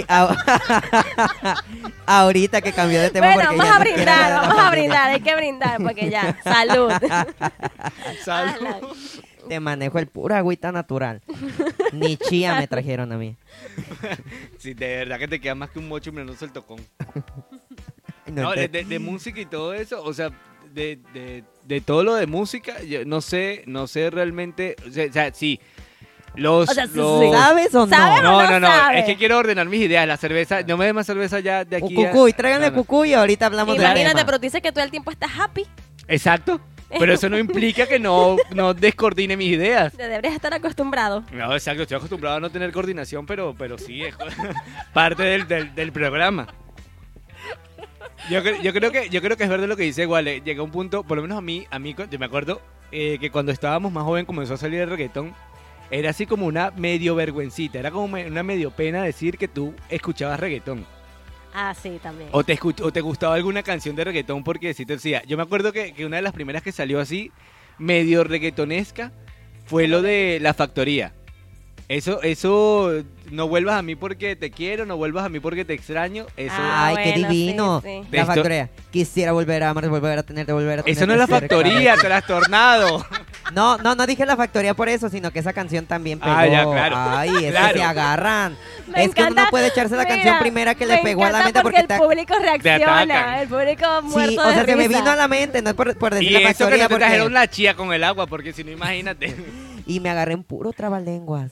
Ahorita que cambió de tema Bueno, porque vamos ya a no quiere brindar, hablar de la vamos a familia. brindar. Hay que brindar porque ya. Salud. Salud. Ala. Te manejo el pura agüita natural. Ni chía me trajeron a mí. Sí, de verdad que te queda más que un mocho mirando el tocón. No, No, te- de música y todo eso, o sea, de todo lo de música, yo no sé realmente, o sea, sí. Los, O sea, sí, los- sí. ¿Sabes o no? ¿Sabes? No, sabe. es que quiero ordenar mis ideas. La cerveza, no me dé más cerveza ya de aquí. Cucuy, tráiganle No, no. cucuy y ahorita hablamos del Imagínate, tema. pero tú dices que todo el tiempo estás happy. Exacto, pero eso no implica que no descoordine mis ideas. Te deberías estar acostumbrado. No, exacto, estoy acostumbrado a no tener coordinación, pero sí, es parte del programa. Yo creo que es verdad lo que dice Wale. Llega un punto, por lo menos a mí yo me acuerdo que cuando estábamos más joven comenzó a salir el reggaetón. Era así como una medio vergüencita, era como una medio pena decir que tú escuchabas reggaetón. Ah, sí, también. O te gustaba alguna canción de reggaetón porque sí te decía. Yo me acuerdo que una de las primeras que salió así, medio reggaetonesca, fue lo de La Factoría. Eso, no vuelvas a mí porque te quiero, no vuelvas a mí porque te extraño. Eso, Ah, Ay, qué bueno, divino. sí, sí. La Esto- factoría. Quisiera volver a amar, volver a tenerte, volver a tenerte. eso no es La Factoría, trastornado. No dije la factoría por eso, sino que esa canción también pegó. Ah, ya, claro. Ay, es Claro. que se agarran. Me es que uno encanta. no puede echarse la canción Mira, primera que me le pegó a la encanta mente porque el público reacciona. atacan. El público muerto Sí, de o sea, se me risa. vino a la mente, no es por decir Y la eso que factoría no te porque... trajeron la chía con el agua, porque si no, imagínate. Y me agarré en puro trabalenguas.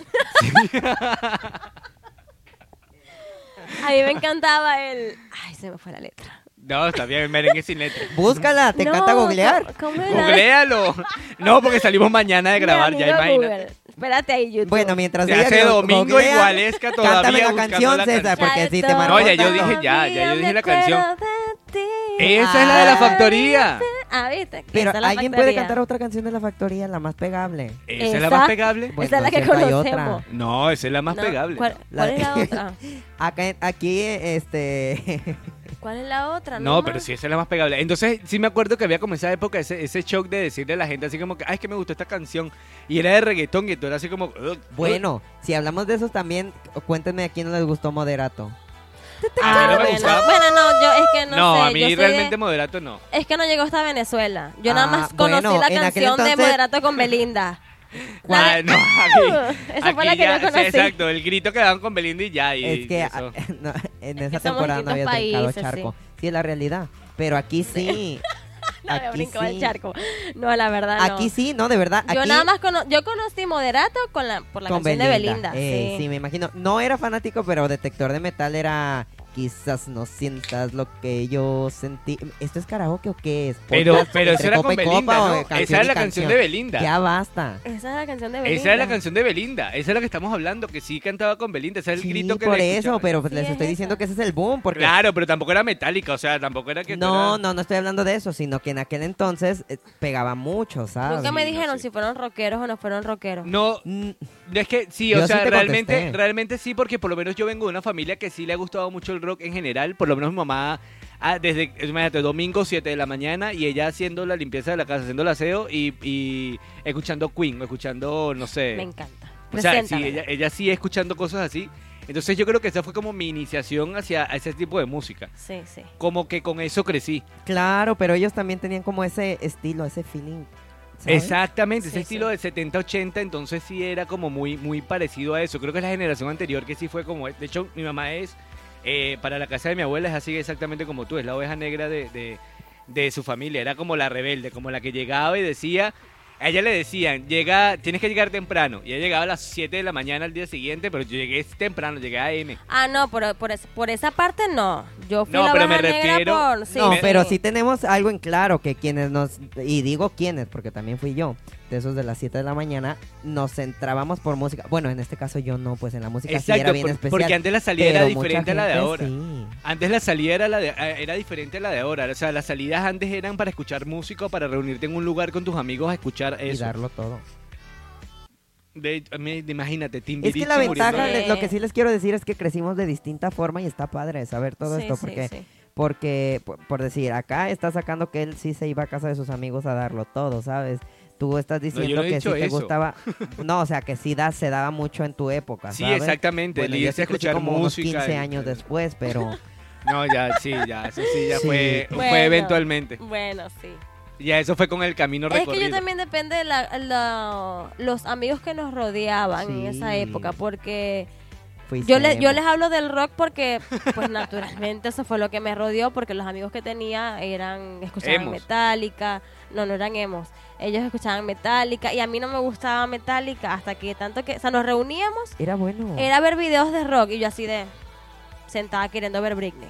A mí me encantaba el... Ay, se me fue la letra. No, está bien, el merengue sin letra. Búscala, ¿te No, encanta googlear? ¿cómo era? Googlealo. No, porque salimos mañana de grabar, Mi ya amigo imagínate. Google. Espérate ahí, YouTube. Bueno, mientras Se ella hace go- domingo googlea, igualesca todavía cántame la buscando canción, la César, canción. porque si te Ay, marcó No, ya yo tanto. dije ya yo dije la me acuerdo canción. de ti. Esa es la de La Factoría. Ah, ¿viste? Pero Esa es la alguien puede factoría. cantar otra canción de la factoría, la más pegable. ¿Esa es la Esa. más pegable? Bueno, Esa es la que cierto, hay conocemos. otra. No, esa es la más No, pegable. ¿Cuál La- es la otra? Aquí, ¿Cuál es la otra? No, pero sí, esa es la más pegable. Entonces, sí me acuerdo que había como esa época, ese shock de decirle a la gente así como que, ay, es que me gustó esta canción. Y era de reggaetón y tú eras así como... "Ugh, Bueno, si hablamos de esos también, cuéntenme a quién no les gustó Moderato. A mí no me bueno. gustaba. Bueno, no, yo es que no, No, sé. a yo mí soy de- realmente moderato no. Es que no llegó hasta Venezuela. Yo nada Ah, más conocí bueno, la en aquel canción de entonces- Moderato con Belinda. Ah, no, aquí, Esa fue la aquí que ya- yo conocí. sí, exacto, el grito que daban con Belinda y ya. Y Es que eso. no, en esa que somos temporada no había distintos brincado países, charco. Sí, es la realidad. Pero aquí sí. No, me aquí brincó el sí. charco. No, la verdad no. Aquí sí, no, de verdad. Yo aquí nada más yo conocí Moderato por la con canción de Belinda. Sí. Sí, me imagino. No era fanático, pero detector de metal era... Quizás no sientas lo que yo sentí. ¿Esto es karaoke o qué es? Pero ¿Podcast eso entre era copa con y copa Belinda, o ¿no? canción Esa es y la canción de Belinda. Ya basta. Esa es la canción de Belinda. Esa es la canción de Belinda, esa es la que estamos hablando, que sí cantaba con Belinda, ese es el Sí, grito que por le eso, escuchaba. pero pues Sí, les es estoy diciendo esa. que ese es el boom. Porque Claro, pero tampoco era metálica, o sea, tampoco era que... no estoy hablando de eso, sino que en aquel entonces pegaba mucho, ¿sabes? Nunca me Sí, no dijeron sé. si fueron rockeros o no fueron rockeros. No, Mm, es que sí, Yo o sí sea, te realmente, contesté. realmente sí, porque por lo menos yo vengo de una familia que sí le ha gustado mucho el rock en general, por lo menos mi mamá, desde, imagínate, domingo 7 de la mañana y ella haciendo la limpieza de la casa, haciendo el aseo y escuchando Queen, escuchando, no sé. Me encanta. O sea, sí, Preséntamela. ella sigue escuchando cosas así. Entonces yo creo que esa fue como mi iniciación hacia ese tipo de música. Sí, sí. Como que con eso crecí. Claro, pero ellos también tenían como ese estilo, ese feeling. ¿sabes? Exactamente, ese Sí, estilo sí. de 70-80, entonces sí era como muy parecido a eso. Creo que es la generación anterior que sí fue como... De hecho, mi mamá es, para la casa de mi abuela es así exactamente como tú, es la oveja negra de su familia, era como la rebelde, como la que llegaba y decía... A ella le decían, tienes que llegar temprano. Y ella llegaba a las 7 de la mañana al día siguiente, pero yo llegué temprano, llegué a AM. Ah, no, por esa parte no. Yo fui No, la pero oveja me negra refiero- por... Sí, No, sí. pero sí tenemos algo en claro, que quienes nos, y digo quienes, porque también fui yo, de esos de las 7 de la mañana, nos centrábamos por música. Bueno, en este caso yo no, pues en la música sí era bien especial. porque antes la salida era pero mucha diferente a la de gente ahora. sí. Antes la salida era diferente a la de ahora. O sea, las salidas antes eran para escuchar música, para reunirte en un lugar con tus amigos a escuchar Y eso. darlo todo. Imagínate, Es Timbiriche que la ventaja, muriendo. lo que sí les quiero decir es que crecimos de distinta forma y está padre saber todo Sí, esto, sí, porque sí. por decir, acá está sacando que él sí se iba a casa de sus amigos a darlo todo, ¿sabes? Tú estás diciendo no he que dicho sí te eso. gustaba, no, o sea, que sí se daba mucho en tu época, Sí, ¿sabes? exactamente. Bueno, Le yo irse a sí crecí escuchar como unos música. 15 años después, pero No, ya, sí, ya, eso sí, ya Sí. fue Bueno. eventualmente. Bueno, sí. Ya eso fue con el camino Es recorrido. que yo también depende de los amigos que nos rodeaban en esa Sí. época, porque fuiste yo emo. les hablo del rock porque, pues naturalmente eso fue lo que me rodeó, porque los amigos que tenía escuchaban Emos. Metallica, no eran emos, ellos escuchaban Metallica y a mí no me gustaba Metallica hasta que o sea, nos reuníamos, Era bueno. era ver videos de rock y yo así de sentada queriendo ver Britney.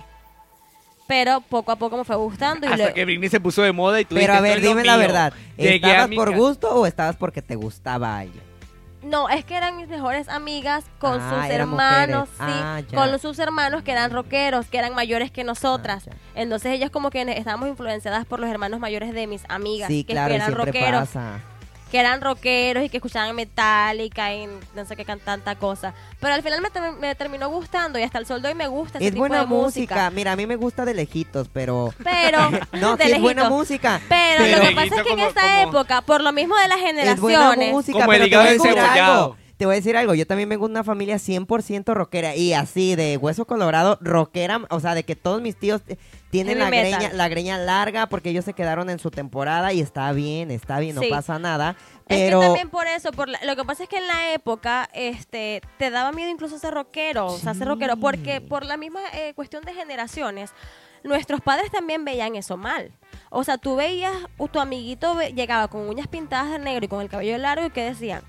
Pero poco a poco me fue gustando y Hasta luego- que Britney se puso de moda y tú Pero dijiste, a ver, "Esto es lo dime la mío". verdad, Llegué a ¿estabas mi por ca- gusto o estabas porque te gustaba a alguien? No, es que eran mis mejores amigas con Ah, sus eran hermanos, mujeres. sí, Ah, ya. con sus hermanos que eran rockeros, que eran mayores que nosotras. Ah, Entonces ellas como que estábamos influenciadas por los hermanos mayores de mis amigas, Sí, que claro, y eran siempre rockeros, pasa. que eran rockeros y que escuchaban Metallica y no sé qué tanta cosa. Pero al final me terminó gustando y hasta el sol de hoy me gusta ese Es tipo buena de música. Mira, a mí me gusta de lejitos, pero... Pero No, de sí es buena lejitos. música. Pero lo que Pero- pasa es que en Como- esta como- época, por lo mismo de las Es buena generaciones, música, Como el pero te hígado voy a decir encebollado. algo. Te voy a decir algo, yo también vengo de una familia 100% rockera y así de hueso colorado, rockera, o sea, de que todos mis tíos tienen Heavy metal. la greña larga porque ellos se quedaron en su temporada y está bien, no Sí. pasa nada, es pero que también por eso, lo que pasa es que en la época te daba miedo incluso ser rockero, o sea, ser rockero, porque por la misma cuestión de generaciones, nuestros padres también veían eso mal. O sea, tú veías, tu amiguito llegaba con uñas pintadas de negro y con el cabello largo y que decían,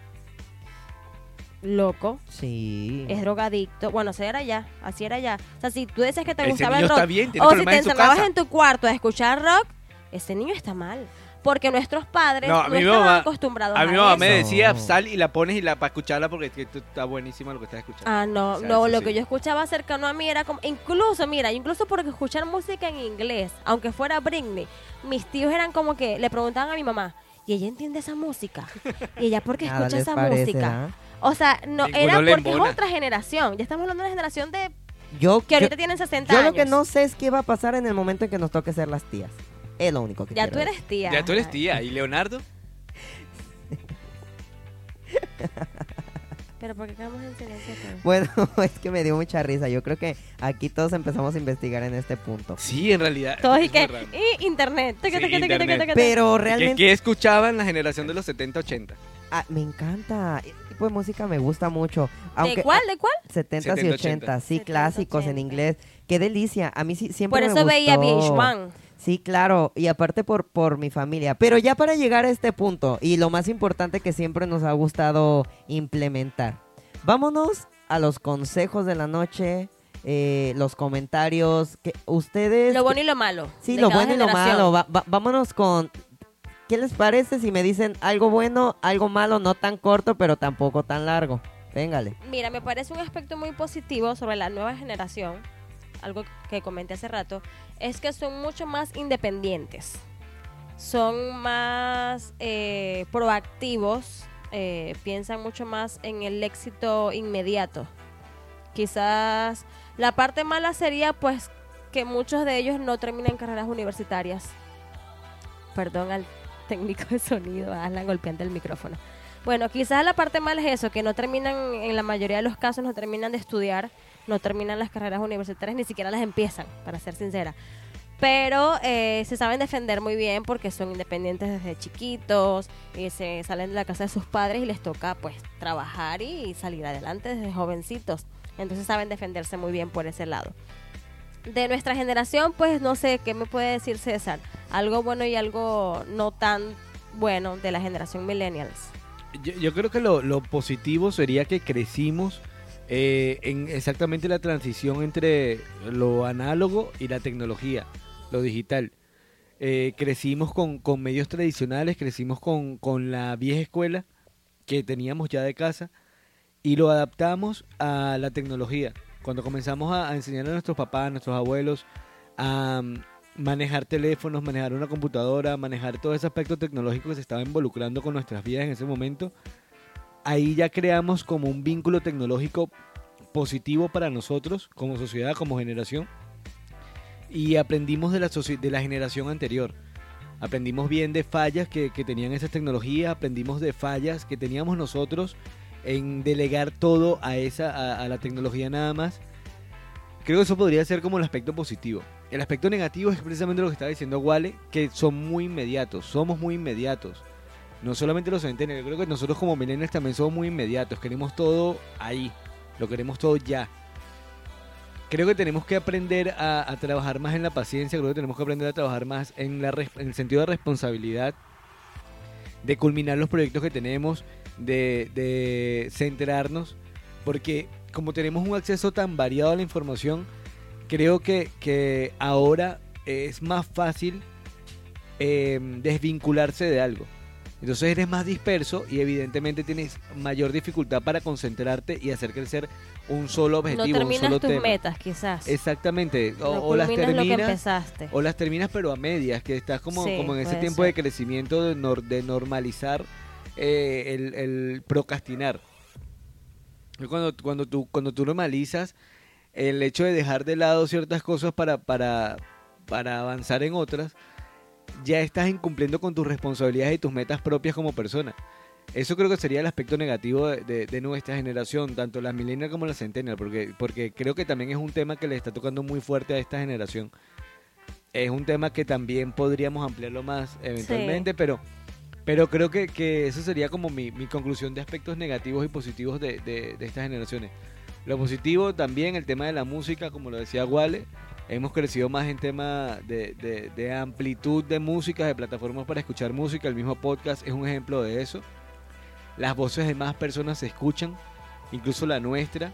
loco, sí. es drogadicto. Bueno, así era ya. O sea, si tú decías que te Ese gustaba niño el rock, está bien, tiene o si problemas te en su encerrabas casa. en tu cuarto a escuchar rock, ese niño está mal. Porque nuestros padres No, no, a mi estaban mamá- acostumbrados A a mi mamá eso. me decía, No. sal y la pones y para escucharla porque es que está buenísima lo que estás escuchando. Ah, no, O sea, no, eso lo sí. que yo escuchaba cercano a mí era como, incluso porque escuchar música en inglés, aunque fuera Britney, mis tíos eran como que le preguntaban a mi mamá, ¿y ella entiende esa música? ¿Y ella por qué Nada escucha les esa parece, música? ¿verdad? O sea, no, Ninguno era le porque es embona. otra generación, ya estamos hablando de una generación de Yo, que ahorita yo, tienen 60 yo años. lo que no sé es qué va a pasar en el momento en que nos toque ser las tías. Es lo único que Ya quiero tú eres decir. tía. Ya tú eres tía. ¿Y Leonardo? Pero ¿por qué quedamos en silencio todos? Bueno, es que me dio mucha risa. Yo creo que aquí todos empezamos a investigar en este punto. Sí, en realidad. Todos y es que, muy raro. y internet. Sí, internet. Pero ¿Qué, realmente... qué escuchaban la generación de los 70-80? Me encanta. Este tipo de música me gusta mucho. ¿De cuál? 70s y 70, 80s, sí, 70, clásicos en 80. inglés. Qué delicia. A mí sí, siempre Por me eso veía gustó. VH1. Sí, claro. Y aparte por mi familia. Pero ya para llegar a este punto, y lo más importante que siempre nos ha gustado implementar. Vámonos a los consejos de la noche, los comentarios. Que ustedes... Lo bueno y lo malo. Sí, de lo cada bueno y lo generación. malo. Vámonos con... ¿Qué les parece si me dicen algo bueno, algo malo, no tan corto, pero tampoco tan largo? Véngale. Mira, me parece un aspecto muy positivo sobre la nueva generación, algo que comenté hace rato, es que son mucho más independientes, son más proactivos, piensan mucho más en el éxito inmediato. Quizás La parte mala sería pues que muchos de ellos no terminan carreras universitarias. Perdón al técnico de sonido, Alan golpeando el micrófono. Bueno, quizás la parte mala es eso, que no terminan, en la mayoría de los casos no terminan de estudiar, no terminan las carreras universitarias, ni siquiera las empiezan, para ser sincera. Pero se saben defender muy bien porque son independientes desde chiquitos, y se salen de la casa de sus padres y les toca pues trabajar y salir adelante desde jovencitos. Entonces saben defenderse muy bien por ese lado. De nuestra generación, pues no sé, ¿qué me puede decir César? Algo bueno y algo no tan bueno de la generación millennials. Yo creo que lo positivo sería que crecimos en exactamente la transición entre lo análogo y la tecnología, lo digital. Crecimos con medios tradicionales, crecimos con la vieja escuela que teníamos ya de casa y lo adaptamos a la tecnología. Cuando comenzamos a enseñar a nuestros papás, a nuestros abuelos a manejar teléfonos, manejar una computadora, manejar todo ese aspecto tecnológico que se estaba involucrando con nuestras vidas en ese momento, ahí ya creamos como un vínculo tecnológico positivo para nosotros como sociedad, como generación, y aprendimos de la generación anterior. Aprendimos bien de fallas que tenían esas tecnologías, aprendimos de fallas que teníamos nosotros en delegar todo a la tecnología nada más. Creo que eso podría ser como el aspecto positivo. El aspecto negativo es precisamente lo que estaba diciendo Wale, que son muy inmediatos, somos muy inmediatos. No solamente los centenarios, creo que nosotros como millennials también somos muy inmediatos, queremos todo ahí, lo queremos todo ya. Creo que tenemos que aprender a trabajar más en la paciencia, creo que tenemos que aprender a trabajar más en el sentido de responsabilidad, de culminar los proyectos que tenemos, de centrarnos, porque como tenemos un acceso tan variado a la información, creo que ahora es más fácil desvincularse de algo. Entonces eres más disperso y evidentemente tienes mayor dificultad para concentrarte y hacer crecer un solo objetivo, no terminas un solo tus tema. metas, quizás. Exactamente. No O las culminas lo que terminas, empezaste. o las terminas pero a medias, que estás como Sí, en ese puede tiempo ser. de crecimiento de normalizar el procrastinar. Cuando tú normalizas el hecho de dejar de lado ciertas cosas para avanzar en otras, ya estás incumpliendo con tus responsabilidades y tus metas propias como persona. Eso creo que sería el aspecto negativo de nuestra generación, tanto las millennials como las centennials, porque creo que también es un tema que le está tocando muy fuerte a esta generación. Es un tema que también podríamos ampliarlo más eventualmente, Sí. pero creo que eso sería como mi conclusión de aspectos negativos y positivos de estas generaciones. Lo positivo también, el tema de la música, como lo decía Wale, hemos crecido más en tema de amplitud de música, de plataformas para escuchar música. El mismo podcast es un ejemplo de eso. Las voces de más personas se escuchan, incluso la nuestra.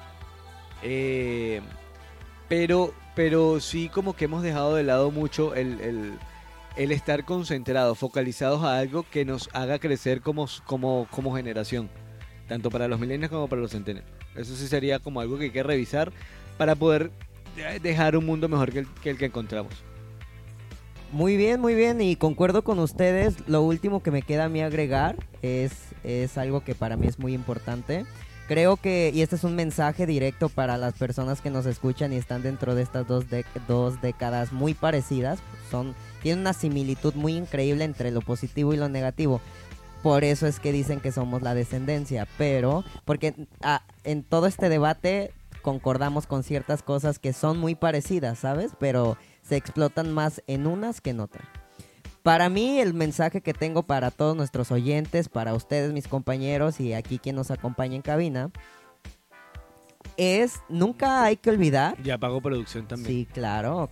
Pero sí como que hemos dejado de lado mucho el estar concentrados, focalizados a algo que nos haga crecer como generación, tanto para los millennials como para los centenarios. Eso sí sería como algo que hay que revisar para poder dejar un mundo mejor que el que encontramos. Muy bien, y concuerdo con ustedes. Lo último que me queda a mí agregar es algo que para mí es muy importante. Creo que, y este es un mensaje directo para las personas que nos escuchan y están dentro de estas dos décadas muy parecidas, tienen una similitud muy increíble entre lo positivo y lo negativo. Por eso es que dicen que somos la descendencia, pero porque en todo este debate concordamos con ciertas cosas que son muy parecidas, ¿sabes? Pero se explotan más en unas que en otras. Para mí, el mensaje que tengo para todos nuestros oyentes, para ustedes, mis compañeros, y aquí quien nos acompaña en cabina, es nunca hay que olvidar. Ya pago producción también. Sí, claro.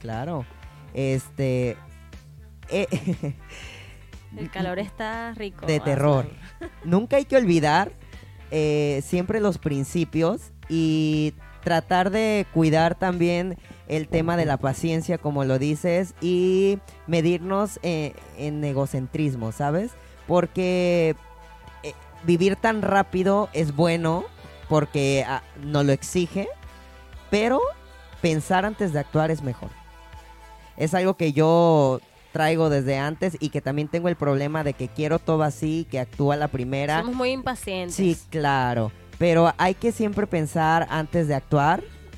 El calor está rico. De terror. Nunca hay que olvidar siempre los principios y tratar de cuidar también el tema de la paciencia, como lo dices, y medirnos en egocentrismo, ¿sabes? Porque vivir tan rápido es bueno porque nos lo exige, pero pensar antes de actuar es mejor. Es algo que yo traigo desde antes y que también tengo el problema de que quiero todo así, que actúa la primera. Somos muy impacientes. Sí, claro, pero hay que siempre pensar antes de actuar.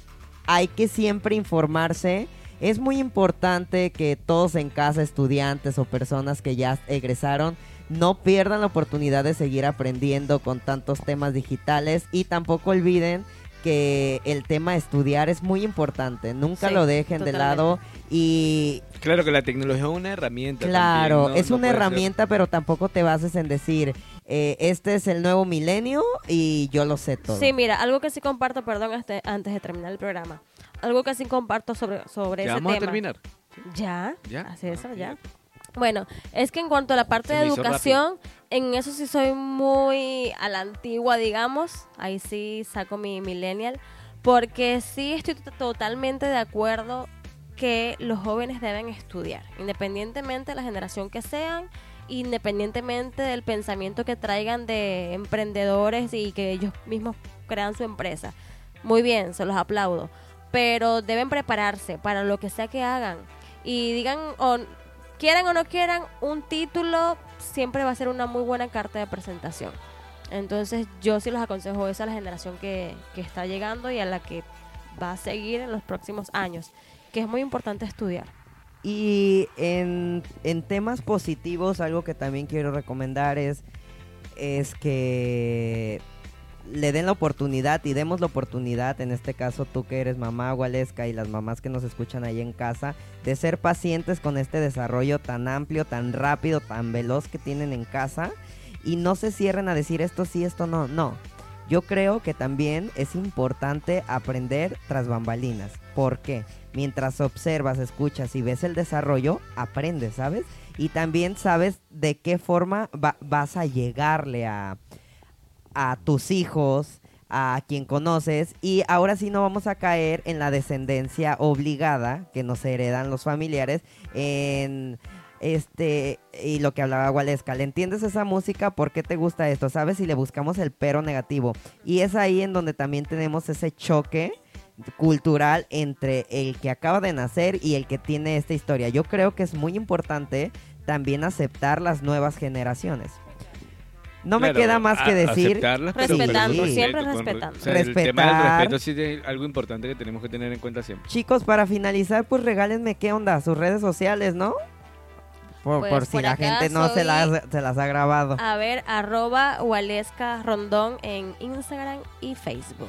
hay que siempre informarse. Es muy importante que todos en casa, estudiantes o personas que ya egresaron, no pierdan la oportunidad de seguir aprendiendo con tantos temas digitales y tampoco olviden que el tema de estudiar es muy importante. Nunca Sí, lo dejen totalmente. de lado y Claro que la tecnología es una herramienta. claro, también, ¿no? es No una puede ser- herramienta, pero tampoco te bases en decir, este es el nuevo milenio y yo lo sé todo. Sí, mira, algo que sí comparto, perdón, antes de terminar el programa. Algo que sí comparto sobre ¿Ya ese vamos tema. a terminar? ¿Ya? ¿Ya? ¿Así eso? Ah, ¿Ya? fíjate. Bueno, es que en cuanto a la parte Se de me hizo educación, en eso sí soy muy a la antigua, digamos. Ahí sí saco mi millennial. Porque sí estoy totalmente de acuerdo que los jóvenes deben estudiar, independientemente de la generación que sean, independientemente del pensamiento que traigan de emprendedores y que ellos mismos crean su empresa. Muy bien, se los aplaudo. Pero deben prepararse para lo que sea que hagan. Y digan, o quieran o no quieran, un título siempre va a ser una muy buena carta de presentación. Entonces yo sí les aconsejo eso a la generación que está llegando y a la que va a seguir en los próximos años, que es muy importante estudiar. Y en temas positivos, algo que también quiero recomendar es que le den la oportunidad y demos la oportunidad, en este caso tú que eres mamá, Waleska, y las mamás que nos escuchan ahí en casa, de ser pacientes con este desarrollo tan amplio, tan rápido, tan veloz que tienen en casa y no se cierren a decir esto sí, esto no, no. Yo creo que también es importante aprender tras bambalinas. ¿Por qué? Mientras observas, escuchas y ves el desarrollo, aprendes, ¿sabes? Y también sabes de qué forma vas a llegarle a tus hijos, a quien conoces. Y ahora sí no vamos a caer en la descendencia obligada que nos heredan los familiares en... y lo que hablaba Waleska, ¿le entiendes esa música? ¿Por qué te gusta esto? ¿Sabes? Y le buscamos el pero negativo. Y es ahí en donde también tenemos ese choque cultural entre el que acaba de nacer y el que tiene esta historia. Yo creo que es muy importante también aceptar las nuevas generaciones. No me Claro, queda más que decir... aceptarlas, pero Respetando, con siempre respeto, respetando. O sea, el tema del Respetar. respeto sí es algo importante que tenemos que tener en cuenta siempre. Chicos, para finalizar, pues regálenme qué onda, sus redes sociales, ¿no? Pues, Por si por la acá gente no se soy- las ha grabado. A ver, @Waleska Rondón en Instagram y Facebook.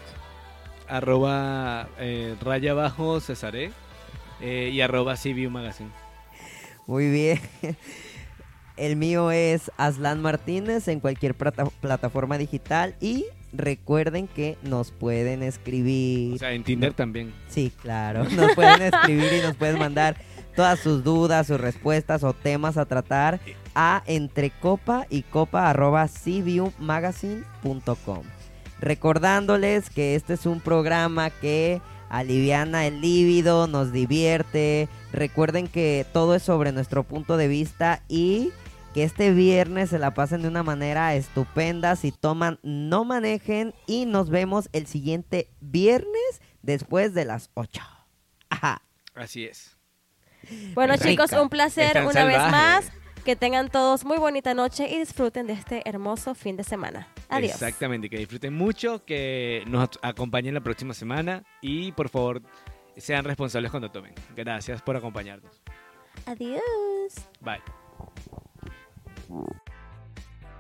@, Cesaré y @CBU Magazine. Muy bien. El mío es Aslan Martínez en cualquier plataforma digital. Y recuerden que nos pueden escribir. O sea, en Tinder también. Sí, claro. Nos pueden escribir y nos pueden mandar todas sus dudas, sus respuestas o temas a tratar a entrecopa@cbumagazine.com. Recordándoles que este es un programa que aliviana el líbido, nos divierte. Recuerden que todo es sobre nuestro punto de vista y que este viernes se la pasen de una manera estupenda. Si toman, no manejen y nos vemos el siguiente viernes después de las 8. Ajá. Así es. Bueno, Rica. chicos, un placer Están una vez salvajes. más. Que tengan todos muy bonita noche y disfruten de este hermoso fin de semana. Adiós. Exactamente, que disfruten mucho, que nos acompañen la próxima semana y por favor sean responsables cuando tomen. Gracias por acompañarnos. Adiós. Bye.